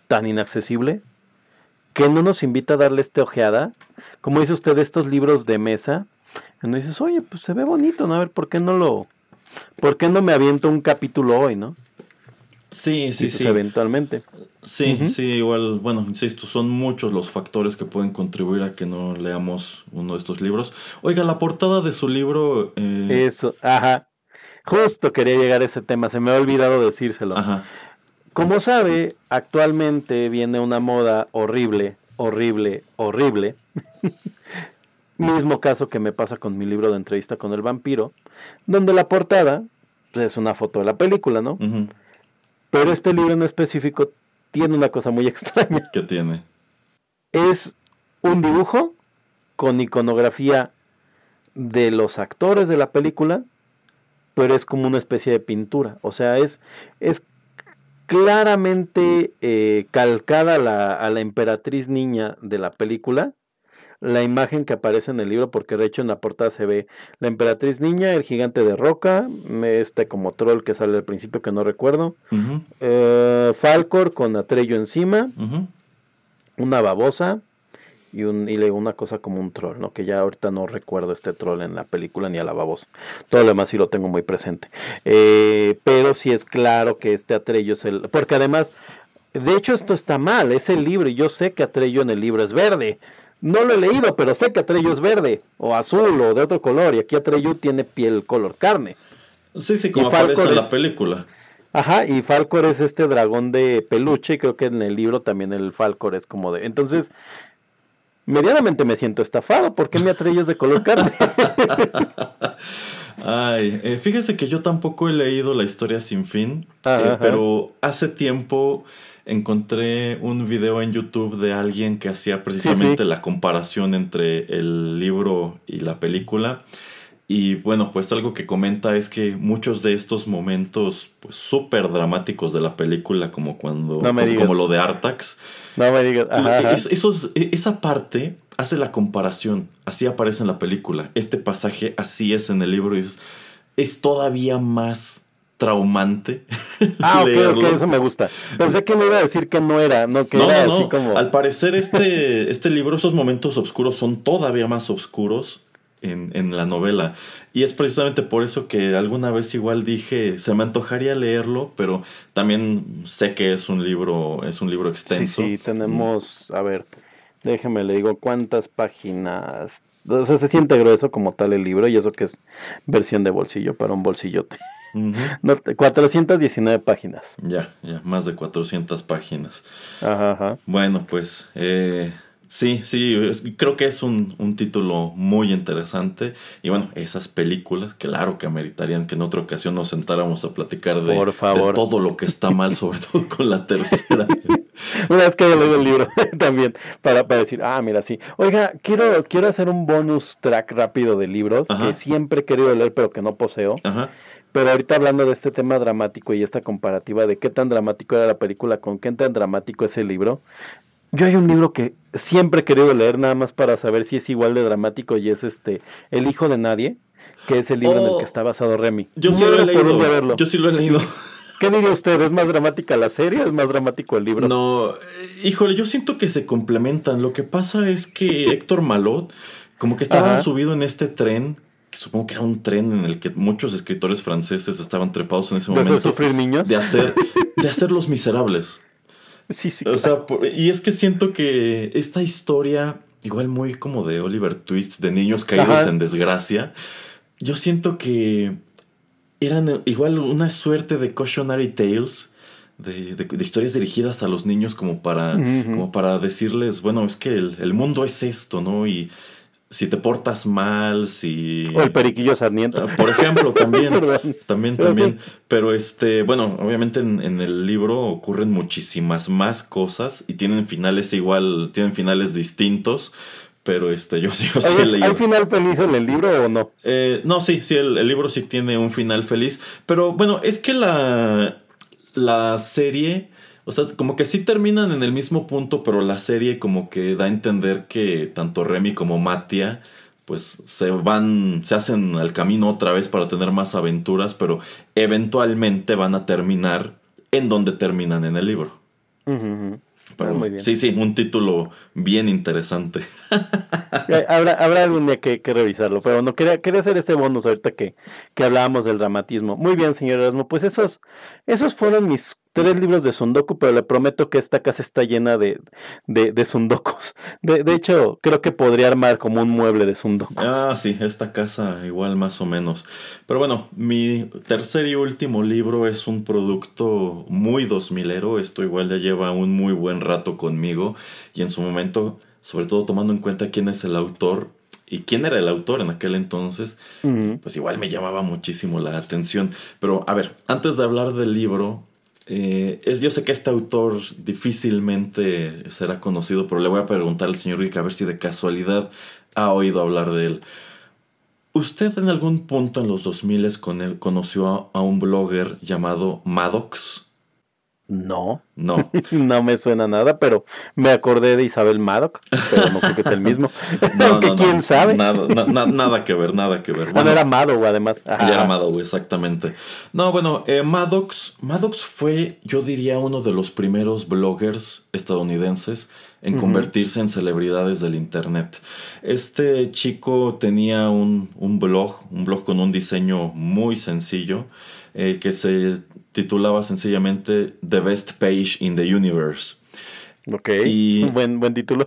tan inaccesible que no nos invita a darle esta ojeada. Como dice usted, estos libros de mesa, cuando dices, oye, pues se ve bonito, ¿no? A ver, ¿por qué no lo, por qué no me aviento un capítulo hoy, ¿no? Sí, sí, pues sí. Eventualmente. Sí, Uh-huh. sí, igual, bueno, insisto, son muchos los factores que pueden contribuir a que no leamos uno de estos libros. Oiga, la portada de su libro... Eh... Eso, ajá. Justo quería llegar a ese tema, se me ha olvidado decírselo. Ajá. Como sabe, actualmente viene una moda horrible, horrible, horrible. Mismo caso que me pasa con mi libro de entrevista con el vampiro, donde la portada pues, es una foto de la película, ¿no? Uh-huh. Pero este libro en específico tiene una cosa muy extraña. ¿Qué tiene? Es un dibujo con iconografía de los actores de la película, pero es como una especie de pintura. O sea, es, es claramente eh, calcada la, a la emperatriz niña de la película. La imagen que aparece en el libro, porque de hecho en la portada se ve la emperatriz niña, el gigante de roca, este como troll que sale al principio que no recuerdo, uh-huh. eh, Falcor con Atreyu encima, uh-huh. una babosa y, un, y una cosa como un troll, ¿no? Que ya ahorita no recuerdo este troll en la película ni a la babosa. Todo lo demás sí lo tengo muy presente. Eh, pero sí es claro que este Atreyu es el... Porque además, de hecho esto está mal, es el libro y yo sé que Atreyu en el libro es verde. No lo he leído, pero sé que Atreyu es verde, o azul, o de otro color, y aquí Atreyu tiene piel color carne. Sí, sí, como aparece en la película. Ajá, y Falcor es este dragón de peluche, y creo que en el libro también el Falcor es como de... Entonces, medianamente me siento estafado, ¿por qué mi Atreyu es de color carne? Ay, eh, fíjese que yo tampoco he leído La historia sin fin, eh, pero hace tiempo... encontré un video en YouTube de alguien que hacía precisamente sí, sí. la comparación entre el libro y la película. Y bueno, pues algo que comenta es que muchos de estos momentos pues súper dramáticos de la película, como cuando no como, como lo de Artax, no me digas. Ajá, ajá. Es, esos, esa parte hace la comparación, así aparece en la película. Este pasaje así es en el libro y es, es todavía más traumante. Ah, ok, ok, eso me gusta. Pensé que me iba a decir que no era, no, que no, era no, así no. como... Al parecer este, este libro, esos momentos oscuros son todavía más oscuros en, en la novela. Y es precisamente por eso que alguna vez igual dije, se me antojaría leerlo, pero también sé que es un libro, es un libro extenso. Sí, sí, tenemos, a ver, déjeme le digo cuántas páginas... O sea, se siente grueso como tal el libro y eso que es versión de bolsillo para un bolsillote. Uh-huh. No, cuatrocientas diecinueve páginas. Ya, ya, más de cuatrocientas páginas. Ajá, ajá. Bueno, pues eh, sí, sí, es, creo que es un, un título muy interesante. Y bueno, esas películas, claro que ameritarían que en otra ocasión nos sentáramos a platicar de, Por favor. de todo lo que está mal, sobre todo con la tercera. Una vez que haya leído el libro también, para, para decir, ah, mira, sí. Oiga, quiero, quiero hacer un bonus track rápido de libros Ajá. que siempre he querido leer, pero que no poseo. Ajá. Pero ahorita hablando de este tema dramático y esta comparativa de qué tan dramático era la película con qué tan dramático es el libro, yo hay un libro que siempre he querido leer nada más para saber si es igual de dramático y es este El hijo de nadie, que es el libro oh, en el que está basado Remy. Yo sí lo he leído. Yo sí lo he leído. ¿Qué diría usted? ¿Es más dramática la serie o es más dramático el libro? No, híjole, yo siento que se complementan. Lo que pasa es que Héctor Malot como que estaba Ajá. subido en este tren, que supongo que era un tren en el que muchos escritores franceses estaban trepados en ese ¿De momento. ¿De sufrir niños? De hacer, de hacer Los Miserables. Sí, sí. O sea, por, y es que siento que esta historia, igual muy como de Oliver Twist, de niños caídos Ajá. en desgracia, yo siento que eran igual una suerte de cautionary tales, de, de, de historias dirigidas a los niños como para, uh-huh. como para decirles, bueno, es que el, el mundo es esto, ¿no? Y si te portas mal, si... O el periquillo sarniento. Por ejemplo, también. también, Pero también. Sí. Pero este, bueno, obviamente en, en el libro ocurren muchísimas más cosas y tienen finales igual, tienen finales distintos. Pero este, yo, yo sí he leído. ¿Hay final feliz en el libro o no? Eh, no, sí, sí, el, el libro sí tiene un final feliz. Pero bueno, es que la, la serie, o sea, como que sí terminan en el mismo punto, pero la serie como que da a entender que tanto Remy como Mattia, pues se van, se hacen al camino otra vez para tener más aventuras, pero eventualmente van a terminar en donde terminan en el libro. Uh-huh. Pero, muy bien. Sí, sí, un título bien interesante. habrá, habrá algún día que, que revisarlo, pero no quería, quería hacer este bonus ahorita que, que hablábamos del dramatismo. Muy bien, señor Erasmo, pues esos, esos fueron mis tres libros de Sundoku, pero le prometo que esta casa está llena de, de, de Sundokus. De, de hecho, creo que podría armar como un mueble de Sundokus. Ah, sí, esta casa igual más o menos. Pero bueno, mi tercer y último libro es un producto muy dos milero. Esto igual ya lleva un muy buen rato conmigo y en su momento, sobre todo tomando en cuenta quién es el autor y quién era el autor en aquel entonces, uh-huh. pues igual me llamaba muchísimo la atención. Pero a ver, antes de hablar del libro... Eh, es, yo sé que este autor difícilmente será conocido, pero le voy a preguntar al señor Rick a ver si de casualidad ha oído hablar de él. ¿Usted en algún punto en los dos mil con conoció a, a un blogger llamado Maddox? No, no, no me suena nada, pero me acordé de Isabel Maddox, pero no creo que sea el mismo. No, Aunque no, quién no, sabe. Nada, na, na, nada que ver, nada que ver. Bueno, ah, no era Maddox, además. Ajá. Ya era Maddox, exactamente. No, bueno, eh, Maddox, Maddox fue, yo diría, uno de los primeros bloggers estadounidenses en uh-huh. convertirse en celebridades del internet. Este chico tenía un, un blog, un blog con un diseño muy sencillo, eh, que se titulaba sencillamente The Best Page in the Universe. Ok, y, buen, buen título.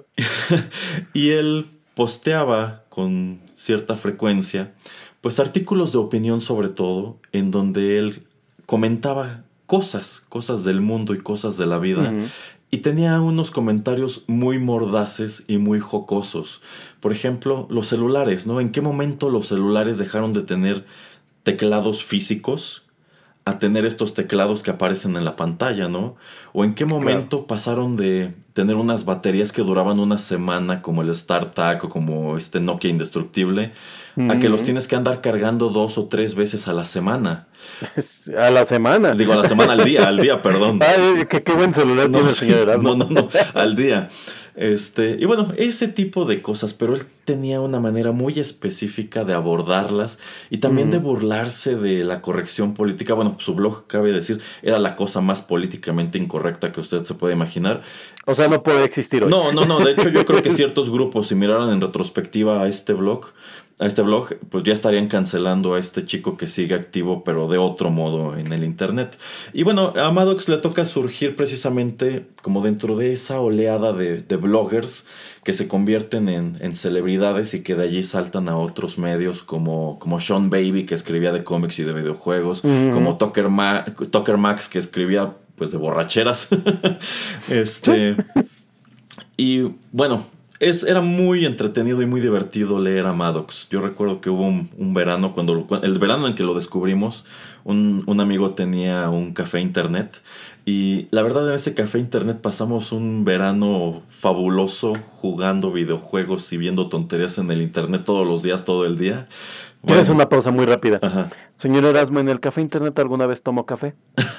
Y él posteaba con cierta frecuencia pues artículos de opinión, sobre todo, en donde él comentaba cosas, cosas del mundo y cosas de la vida. Uh-huh. Y tenía unos comentarios muy mordaces y muy jocosos. Por ejemplo, los celulares, ¿no? ¿En qué momento los celulares dejaron de tener teclados físicos a tener estos teclados que aparecen en la pantalla, ¿no? ¿O en qué momento claro. pasaron de tener unas baterías que duraban una semana, como el StarTAC o como este Nokia indestructible, mm-hmm. a que los tienes que andar cargando dos o tres veces a la semana? ¿A la semana? Digo, a la semana, al día, al día, perdón. Ay, qué, qué buen celular no, tiene el señor Erasmo. No, no, no, al día. Este, y bueno, ese tipo de cosas, pero él tenía una manera muy específica de abordarlas y también mm. de burlarse de la corrección política. Bueno, su blog, cabe decir, era la cosa más políticamente incorrecta que usted se puede imaginar. O sea, no puede existir hoy. No, no, no. De hecho, yo creo que ciertos grupos, si miraran en retrospectiva a este blog, a este blog, pues ya estarían cancelando a este chico que sigue activo, pero de otro modo en el internet. Y bueno, a Maddox le toca surgir precisamente como dentro de esa oleada de, de bloggers que se convierten en, en celebridades y que de allí saltan a otros medios como, como Sean Baby, que escribía de cómics y de videojuegos, mm-hmm. como Tucker, Ma- Tucker Max, que escribía pues de borracheras. este y bueno, Es, era muy entretenido y muy divertido leer a Maddox. Yo recuerdo que hubo un, un verano, cuando lo, el verano en que lo descubrimos, un, un amigo tenía un café internet. Y la verdad, en ese café internet pasamos un verano fabuloso jugando videojuegos y viendo tonterías en el internet todos los días, todo el día. Bueno, ¿quieres una pausa muy rápida? Ajá. Señor Erasmo, ¿en el café internet alguna vez tomó café?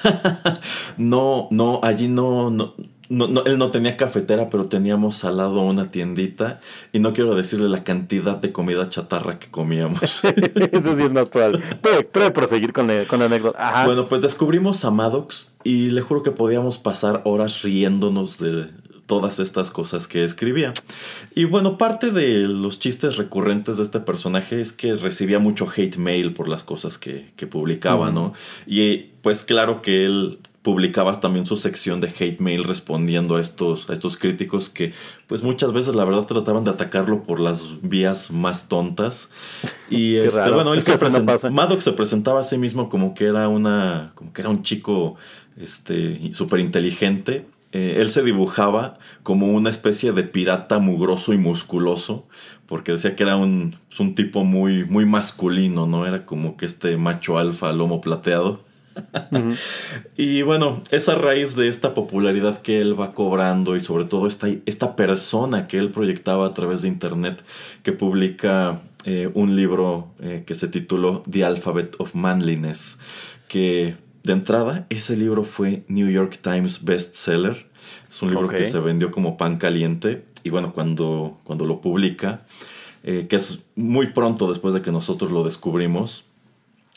no, no, allí no... no No, no, él no tenía cafetera, pero teníamos al lado una tiendita. Y no quiero decirle la cantidad de comida chatarra que comíamos. Eso sí es más probable. Puede, puede proseguir con la, con la anécdota. Ajá. Bueno, pues descubrimos a Maddox y le juro que podíamos pasar horas riéndonos de todas estas cosas que escribía. Y bueno, parte de los chistes recurrentes de este personaje es que recibía mucho hate mail por las cosas que, que publicaba, mm. ¿no? Y pues claro que él publicaba también su sección de hate mail respondiendo a estos, a estos críticos que pues muchas veces la verdad trataban de atacarlo por las vías más tontas. Y este, raro. bueno, él se present... no Maddox se presentaba a sí mismo como que era una, como que era un chico este súper inteligente. Eh, él se dibujaba como una especie de pirata mugroso y musculoso, porque decía que era un, un tipo muy, muy masculino, ¿no? Era como que este macho alfa, lomo plateado. Uh-huh. Y bueno, es a raíz de esta popularidad que él va cobrando y sobre todo esta, esta persona que él proyectaba a través de internet, que publica eh, un libro eh, que se tituló The Alphabet of Manliness, que de entrada ese libro fue New York Times bestseller. Es un libro okay. que se vendió como pan caliente. Y bueno, cuando, cuando lo publica, eh, que es muy pronto después de que nosotros lo descubrimos,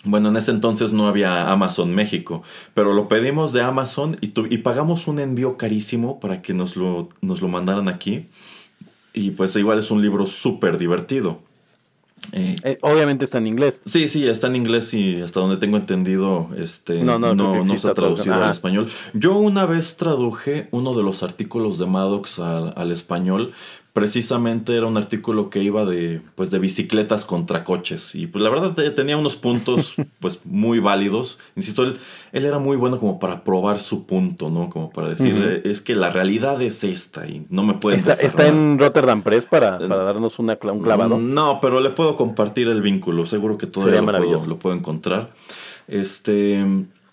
Bueno, en ese entonces no había Amazon México, pero lo pedimos de Amazon y, tu, y pagamos un envío carísimo para que nos lo, nos lo mandaran aquí. Y pues igual es un libro súper divertido. Eh, eh, obviamente está en inglés. Sí, sí, está en inglés y hasta donde tengo entendido este, no, no, no, no se ha traducido al español. Yo una vez traduje uno de los artículos de Maddox al, al español. Precisamente era un artículo que iba de, pues, de bicicletas contra coches. Y pues la verdad tenía unos puntos pues muy válidos. Insisto, él, él era muy bueno como para probar su punto, ¿no? Como para decir, uh-huh. es que la realidad es esta y no me pueden ¿Está, ¿Está en Rotterdam Press para, para darnos una, un clavado? No, pero le puedo compartir el vínculo. Seguro que todavía lo puedo, lo puedo encontrar. Este...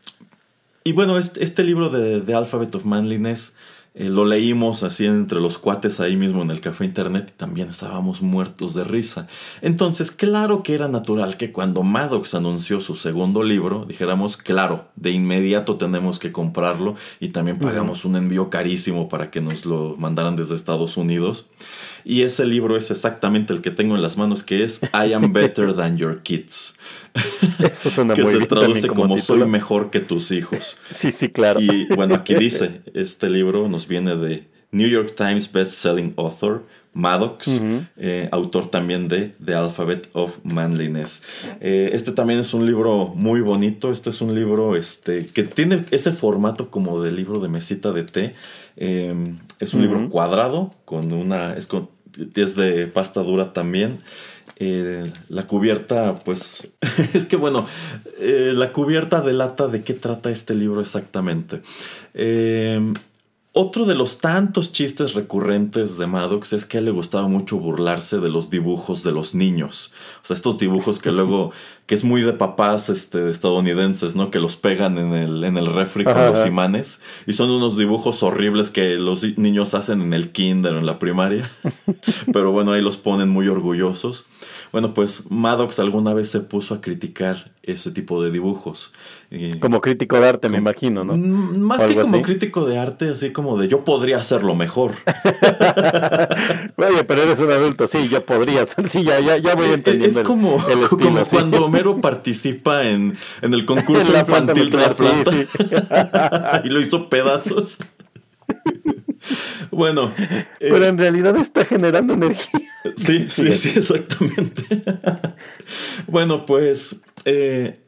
Y bueno, este, este libro de, de Alphabet of Manliness... Eh, lo leímos así entre los cuates ahí mismo en el café internet y también estábamos muertos de risa. Entonces, claro que era natural que cuando Maddox anunció su segundo libro, dijéramos, claro, de inmediato tenemos que comprarlo y también pagamos un envío carísimo para que nos lo mandaran desde Estados Unidos. Y ese libro es exactamente el que tengo en las manos, que es I Am Better Than Your Kids. Eso suena que muy se bien traduce como, como título. Soy mejor que tus hijos. Sí, sí, claro. Y bueno, aquí dice, este libro nos viene de New York Times best-selling author Maddox, uh-huh. eh, autor también de The Alphabet of Manliness. Eh, este también es un libro muy bonito. Este es un libro este, que tiene ese formato como de libro de mesita de té. Eh, es un uh-huh. libro cuadrado, con una es, con, es de pasta dura también. Eh, la cubierta, pues, es que bueno, eh, la cubierta delata de qué trata este libro exactamente. Eh, otro de los tantos chistes recurrentes de Maddox es que a él le gustaba mucho burlarse de los dibujos de los niños. O sea, estos dibujos que luego, que es muy de papás este, estadounidenses, ¿no? Que los pegan en el, en el refri con Ajá. los imanes. Y son unos dibujos horribles que los niños hacen en el kinder o en la primaria. Pero bueno, ahí los ponen muy orgullosos. Bueno, pues Maddox alguna vez se puso a criticar ese tipo de dibujos. Eh, como crítico de arte, como, me imagino, ¿no? Más que como así. Crítico de arte, así como de yo podría hacerlo mejor. Oye, pero eres un adulto, sí, yo podría hacer, sí, ya, ya, ya voy entendiendo. Es como, el, el estilo, como sí. cuando Homero participa en, en el concurso en infantil de la planta. Sí, sí. Y lo hizo pedazos. Bueno. Pero eh, en realidad está generando energía. Sí, sí, sí, exactamente. Bueno, pues eh,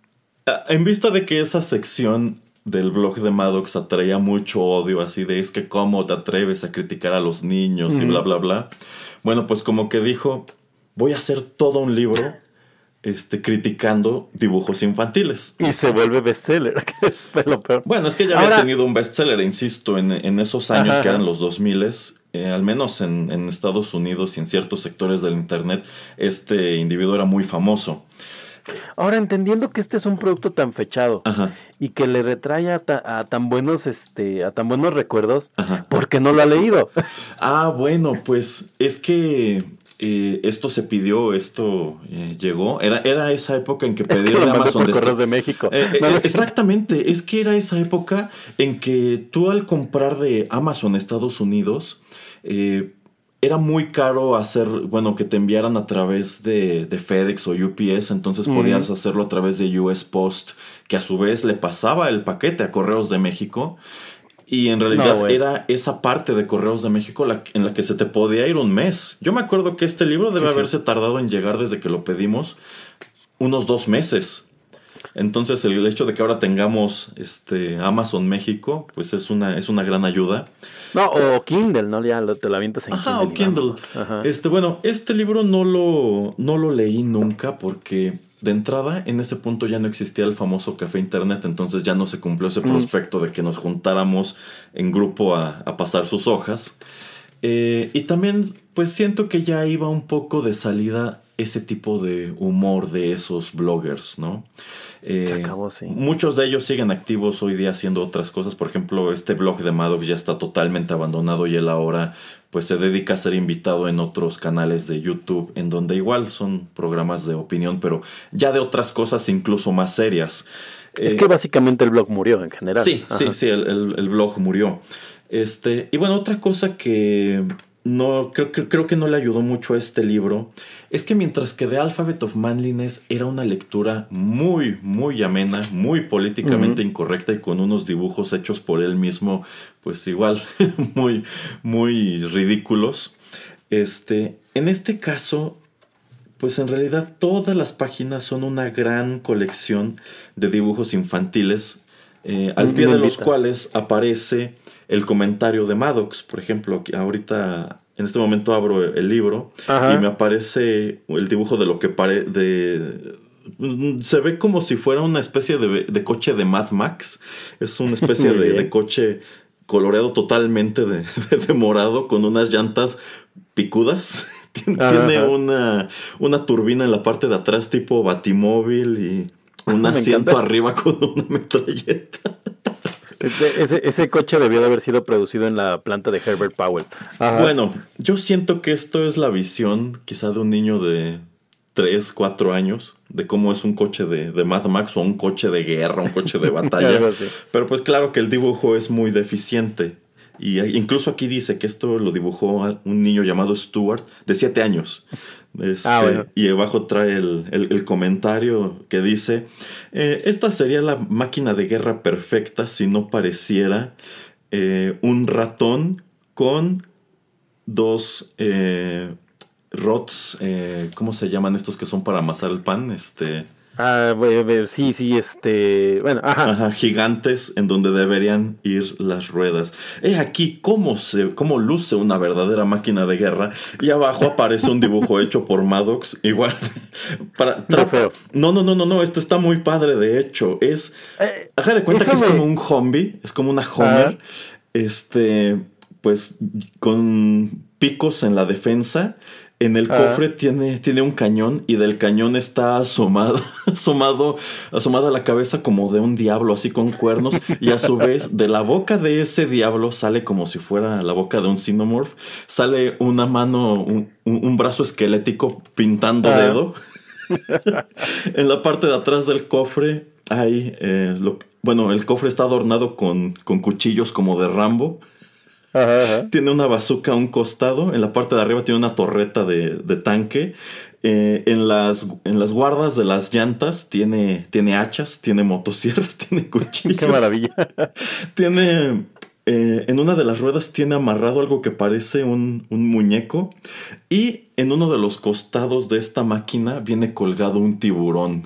en vista de que esa sección del blog de Maddox atraía mucho odio, así de es que cómo te atreves a criticar a los niños mm. y bla, bla, bla. Bueno, pues como que dijo, voy a hacer todo un libro este, criticando dibujos infantiles. Y se vuelve bestseller, que es lo peor. Bueno, es que ya Ahora... había tenido un bestseller, insisto, en, en esos años Ajá. que eran los dos miles. Eh, al menos en, en Estados Unidos y en ciertos sectores del internet, este individuo era muy famoso. Ahora, entendiendo que este es un producto tan fechado Ajá. y que le retrae a, ta, a tan buenos este a tan buenos recuerdos, Ajá. ¿por qué no lo ha leído? Ah, bueno, pues es que eh, esto se pidió, esto eh, llegó. Era, era esa época en que pedir es que de Amazon por correos de México. Eh, eh, no, no exactamente, es que era esa época en que tú al comprar de Amazon Estados Unidos eh, era muy caro hacer, bueno, que te enviaran a través de, de FedEx o U P S, entonces podías mm. hacerlo a través de U S Post, que a su vez le pasaba el paquete a Correos de México. Y en realidad no, era esa parte de Correos de México la, en la que se te podía ir un mes. Yo me acuerdo que este libro debe sí, haberse sí. tardado en llegar desde que lo pedimos unos dos meses. Entonces el hecho de que ahora tengamos este Amazon México, pues es una, es una gran ayuda. No, o Kindle, ¿no? Ya lo, te lo avientas en Ajá, Kindle. O Kindle. Ajá. Este, bueno, este libro no lo, no lo leí nunca porque de entrada en ese punto ya no existía el famoso café internet, entonces ya no se cumplió ese prospecto mm. de que nos juntáramos en grupo a, a pasar sus hojas. Eh, y también pues siento que ya iba un poco de salida ese tipo de humor de esos bloggers, ¿no? Eh, Se acabó, sí. Muchos de ellos siguen activos hoy día haciendo otras cosas. Por ejemplo, este blog de Maddox ya está totalmente abandonado y él ahora pues se dedica a ser invitado en otros canales de YouTube, en donde igual son programas de opinión, pero ya de otras cosas incluso más serias. Es eh, que básicamente el blog murió en general. Sí, Ajá. sí, sí, el, el, el blog murió. Este, y bueno, otra cosa que no, creo, creo, creo que no le ayudó mucho a este libro es que mientras que The Alphabet of Manliness era una lectura muy, muy amena, muy políticamente uh-huh. incorrecta y con unos dibujos hechos por él mismo, pues igual, muy, muy ridículos. Este, en este caso, pues en realidad todas las páginas son una gran colección de dibujos infantiles, eh, al pie de los cuales aparece el comentario de Maddox. Por ejemplo, ahorita en este momento abro el libro Ajá. y me aparece el dibujo de lo que pare de se ve como si fuera una especie de, de coche de Mad Max. Es una especie de, de coche coloreado totalmente de, de, de morado con unas llantas picudas. Tiene Ajá. una una turbina en la parte de atrás tipo batimóvil y un me asiento encanta. Arriba con una metralleta. Ese, ese, ese coche debió de haber sido producido en la planta de Herbert Powell. Ajá. Bueno, yo siento que esto es la visión quizá de un niño de tres, cuatro años, de cómo es un coche de, de Mad Max o un coche de guerra, un coche de batalla. Pero pues claro que el dibujo es muy deficiente. Y incluso aquí dice que esto lo dibujó un niño llamado Stuart, de siete años. Este, ah, bueno. Y abajo trae el, el, el comentario que dice: eh, esta sería la máquina de guerra perfecta si no pareciera eh, un ratón con dos eh, rods, eh, ¿cómo se llaman estos que son para amasar el pan? Este... Ah, bueno, sí, sí, este... Bueno, ajá. Ajá, gigantes en donde deberían ir las ruedas. He aquí cómo, se, cómo luce una verdadera máquina de guerra. Y abajo aparece un dibujo hecho por Maddox. Igual. Para, tra- feo. No, no, no, no, no. Este está muy padre, de hecho. Es... Eh, Haga de cuenta que es me... como un Humvee. Es como una Homer. Ah. Este... Pues con picos en la defensa. En el ah. cofre tiene, tiene un cañón y del cañón está asomado, asomado, asomada la cabeza como de un diablo, así con cuernos. Y a su vez, de la boca de ese diablo sale como si fuera la boca de un Xenomorph. Sale una mano, un, un brazo esquelético pintando ah. dedo. En la parte de atrás del cofre hay, eh, lo, bueno, el cofre está adornado con, con cuchillos como de Rambo. Ajá, ajá. Tiene una bazooka a un costado. En la parte de arriba tiene una torreta de, de tanque. Eh, en, las, en las guardas de las llantas tiene, tiene hachas, tiene motosierras, tiene cuchillos. ¡Qué maravilla! Tiene... Eh, en una de las ruedas tiene amarrado algo que parece un, un muñeco. Y en uno de los costados de esta máquina viene colgado un tiburón.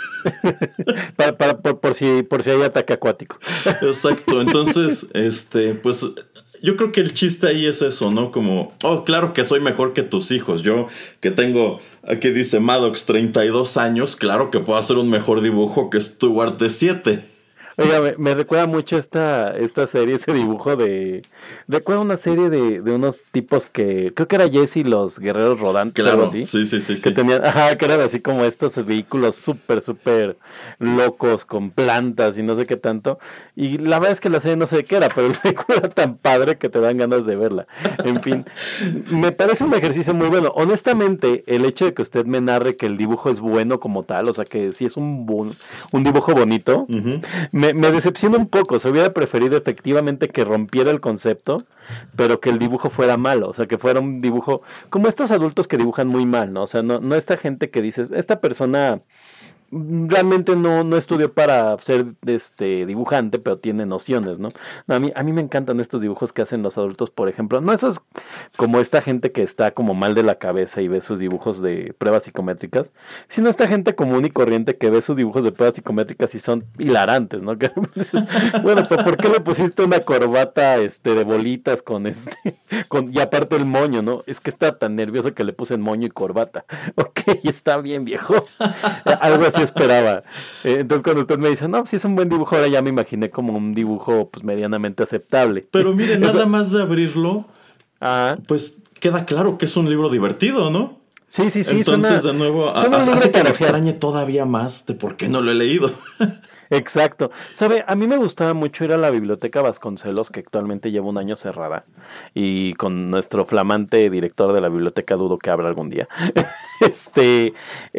para, para, por, por, si, por si hay ataque acuático. Exacto. Entonces, este, pues... Yo creo que el chiste ahí es eso, ¿no? Como, oh, claro que soy mejor que tus hijos. Yo, que tengo, aquí dice Maddox, treinta y dos años, claro que puedo hacer un mejor dibujo que Stuart de siete. Oiga, me, me recuerda mucho esta, esta serie, ese dibujo de... Recuerda una serie de, de unos tipos que... Creo que era Jesse y los guerreros rodantes. Claro, algo así, sí, sí, sí. Que sí. tenían... Ajá, que eran así como estos vehículos súper, súper locos, con plantas y no sé qué tanto. Y la verdad es que la serie no sé de qué era, pero el vehículo era tan padre que te dan ganas de verla. En fin, me parece un ejercicio muy bueno. Honestamente, el hecho de que usted me narre que el dibujo es bueno como tal, o sea, que sí es un, bon, un dibujo bonito... Uh-huh. Me, me decepciona un poco. Se hubiera preferido efectivamente que rompiera el concepto, pero que el dibujo fuera malo, o sea, que fuera un dibujo como estos adultos que dibujan muy mal, ¿no? O sea, no, no esta gente que dices, esta persona realmente no, no estudió para ser este dibujante, pero tiene nociones, ¿no? No, a mí, a mí me encantan estos dibujos que hacen los adultos, por ejemplo. No esos como esta gente que está como mal de la cabeza y ve sus dibujos de pruebas psicométricas, sino esta gente común y corriente que ve sus dibujos de pruebas psicométricas y son hilarantes, ¿no? Que, bueno, pues ¿por qué le pusiste una corbata este de bolitas con este con y aparte el moño, ¿no? Es que está tan nervioso que le puse moño y corbata. Ok, está bien, viejo. Algo así esperaba. Eh, entonces cuando usted me dice, no, si es un buen dibujo, ahora ya me imaginé como un dibujo pues medianamente aceptable. Pero mire, Eso... nada más de abrirlo, ah. pues queda claro que es un libro divertido, ¿no? Sí, sí, sí. Entonces, suena, de nuevo, a, hace que me extrañe todavía más de por qué no lo he leído. Exacto. Sabe, a mí me gustaba mucho ir a la Biblioteca Vasconcelos, que actualmente lleva un año cerrada, y con nuestro flamante director de la biblioteca dudo que abra algún día. este...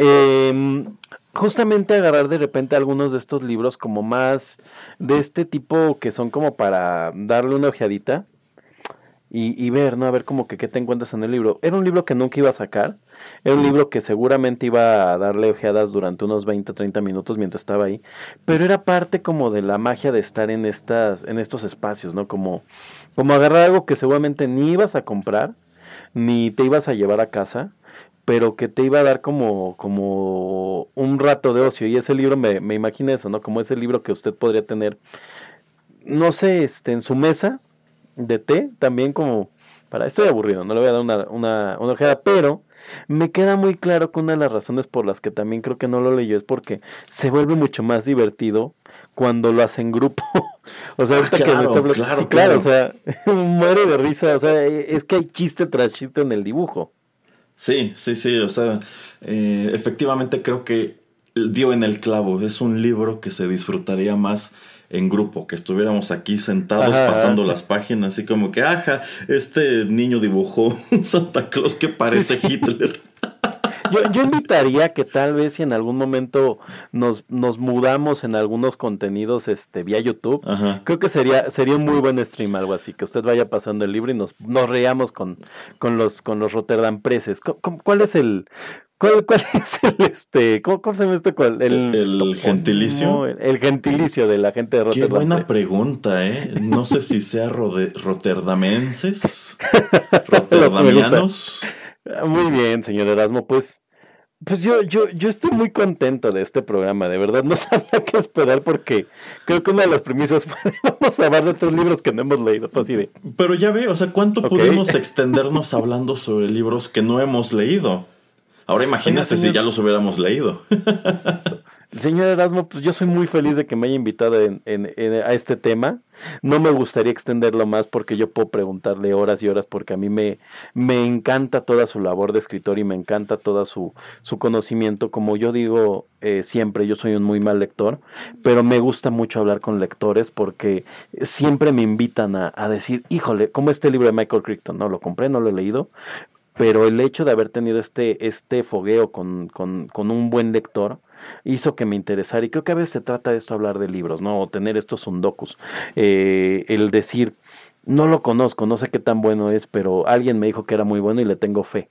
Eh, Justamente agarrar de repente algunos de estos libros como más de este tipo que son como para darle una ojeadita y, y ver, ¿no? A ver como que qué te encuentras en el libro. Era un libro que nunca iba a sacar, era un libro que seguramente iba a darle ojeadas durante unos veinte, treinta minutos mientras estaba ahí, pero era parte como de la magia de estar en estas, en estos espacios, ¿no? Como, como agarrar algo que seguramente ni ibas a comprar, ni te ibas a llevar a casa, pero que te iba a dar como, como un rato de ocio. Y ese libro me, me imagino eso, ¿no? Como ese libro que usted podría tener, no sé, este, en su mesa de té, también como para, estoy aburrido, no le voy a dar una, una, una ojeada, pero me queda muy claro que una de las razones por las que también creo que no lo leyó es porque se vuelve mucho más divertido cuando lo hace en grupo. O sea, ahorita ah, claro, que me está hablando, claro, sí, claro, claro. o sea, muere de risa, o sea, es que hay chiste tras chiste en el dibujo. Sí, sí, sí, o sea, eh, efectivamente creo que dio en el clavo. Es un libro que se disfrutaría más en grupo, que estuviéramos aquí sentados Ajá, pasando ajá. las páginas, así como que, ajá, este niño dibujó un Santa Claus que Sí, parece sí. Hitler. Yo, yo invitaría que tal vez si en algún momento nos, nos mudamos en algunos contenidos este vía YouTube, Ajá. creo que sería, sería un muy buen stream, algo así, que usted vaya pasando el libro y nos, nos reamos con, con los, con los Rotterdam Preses. ¿Cu- cu- ¿Cuál es el, cuál, cuál es el este, cómo, cómo se llama este cuál? E- El El topónimo, gentilicio. el, el gentilicio de la gente de Qué Rotterdam buena Press. pregunta, ¿eh? No sé si sea rode- rotterdamenses, Lo que me gusta. rotterdamianos. Ah, muy bien, señor Erasmo, pues. Pues yo, yo, yo estoy muy contento de este programa, de verdad, no sabía qué esperar porque creo que una de las premisas fue vamos a hablar de otros libros que no hemos leído, fue así de, Pero ya ve, o sea, ¿cuánto ok. pudimos extendernos hablando sobre libros que no hemos leído? Ahora Oiga, imagínese si señor, ya los hubiéramos leído. señor Erasmo, pues yo soy muy feliz de que me haya invitado en, en- en- a este tema. No me gustaría extenderlo más porque yo puedo preguntarle horas y horas porque a mí me, me encanta toda su labor de escritor y me encanta toda su, su conocimiento. Como yo digo eh, siempre, yo soy un muy mal lector, pero me gusta mucho hablar con lectores porque siempre me invitan a, a decir, híjole, como este libro de Michael Crichton, no lo compré, no lo he leído, pero el hecho de haber tenido este, este fogueo con, con, con un buen lector hizo que me interesara. Y creo que a veces se trata de esto, hablar de libros, ¿no? O tener estos sundokus. Eh, el decir, no lo conozco, no sé qué tan bueno es, pero alguien me dijo que era muy bueno y le tengo fe.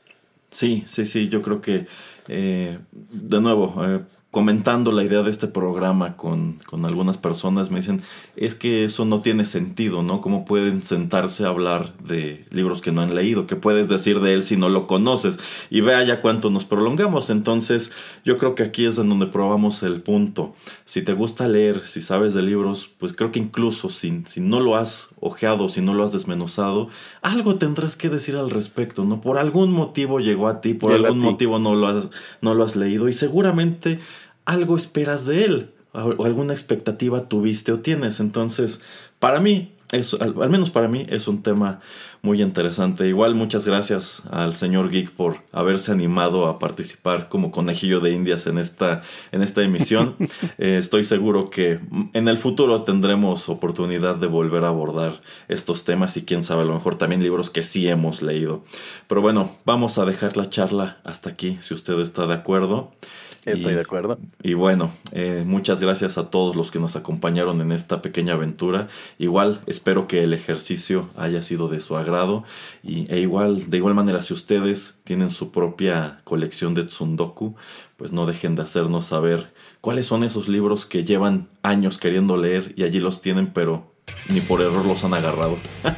Sí, sí, sí, yo creo que, eh, de nuevo, eh, comentando la idea de este programa con, con algunas personas, me dicen, es que eso no tiene sentido, ¿no? ¿Cómo pueden sentarse a hablar de libros que no han leído? ¿Qué puedes decir de él si no lo conoces? Y vea ya cuánto nos prolongamos. Entonces, yo creo que aquí es en donde probamos el punto. Si te gusta leer, si sabes de libros, pues creo que incluso si, si no lo has ojeado, si no lo has desmenuzado, algo tendrás que decir al respecto, ¿no? Por algún motivo llegó a ti, por Llega a algún ti. motivo no lo has, no lo has leído y seguramente algo esperas de él o, o alguna expectativa tuviste o tienes. Entonces, para mí, es, al, al menos para mí, es un tema muy interesante. Igual muchas gracias al señor Geek por haberse animado a participar como conejillo de indias en esta, en esta emisión. Eh, estoy seguro que en el futuro tendremos oportunidad de volver a abordar estos temas y quién sabe, a lo mejor también libros que sí hemos leído. Pero bueno, vamos a dejar la charla hasta aquí, si usted está de acuerdo. Estoy Y, de acuerdo. y bueno, eh, muchas gracias a todos los que nos acompañaron en esta pequeña aventura. Igual espero que el ejercicio haya sido de su agrado. Y, e igual, de igual manera, si ustedes tienen su propia colección de Tsundoku, pues no dejen de hacernos saber cuáles son esos libros que llevan años queriendo leer y allí los tienen, pero ni por error los han agarrado.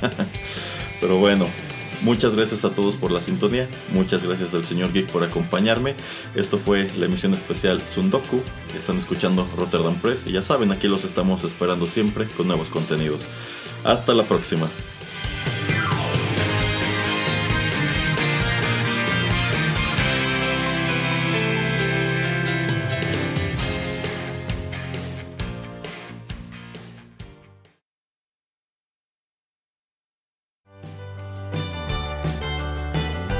Pero bueno, muchas gracias a todos por la sintonía. Muchas gracias al señor Geek por acompañarme. Esto fue la emisión especial Tsundoku. Están escuchando Rotterdam Press. Y ya saben, aquí los estamos esperando siempre con nuevos contenidos. Hasta la próxima.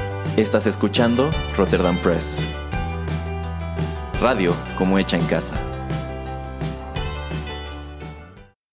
Estás escuchando Rotterdam Press. Radio como hecha en casa.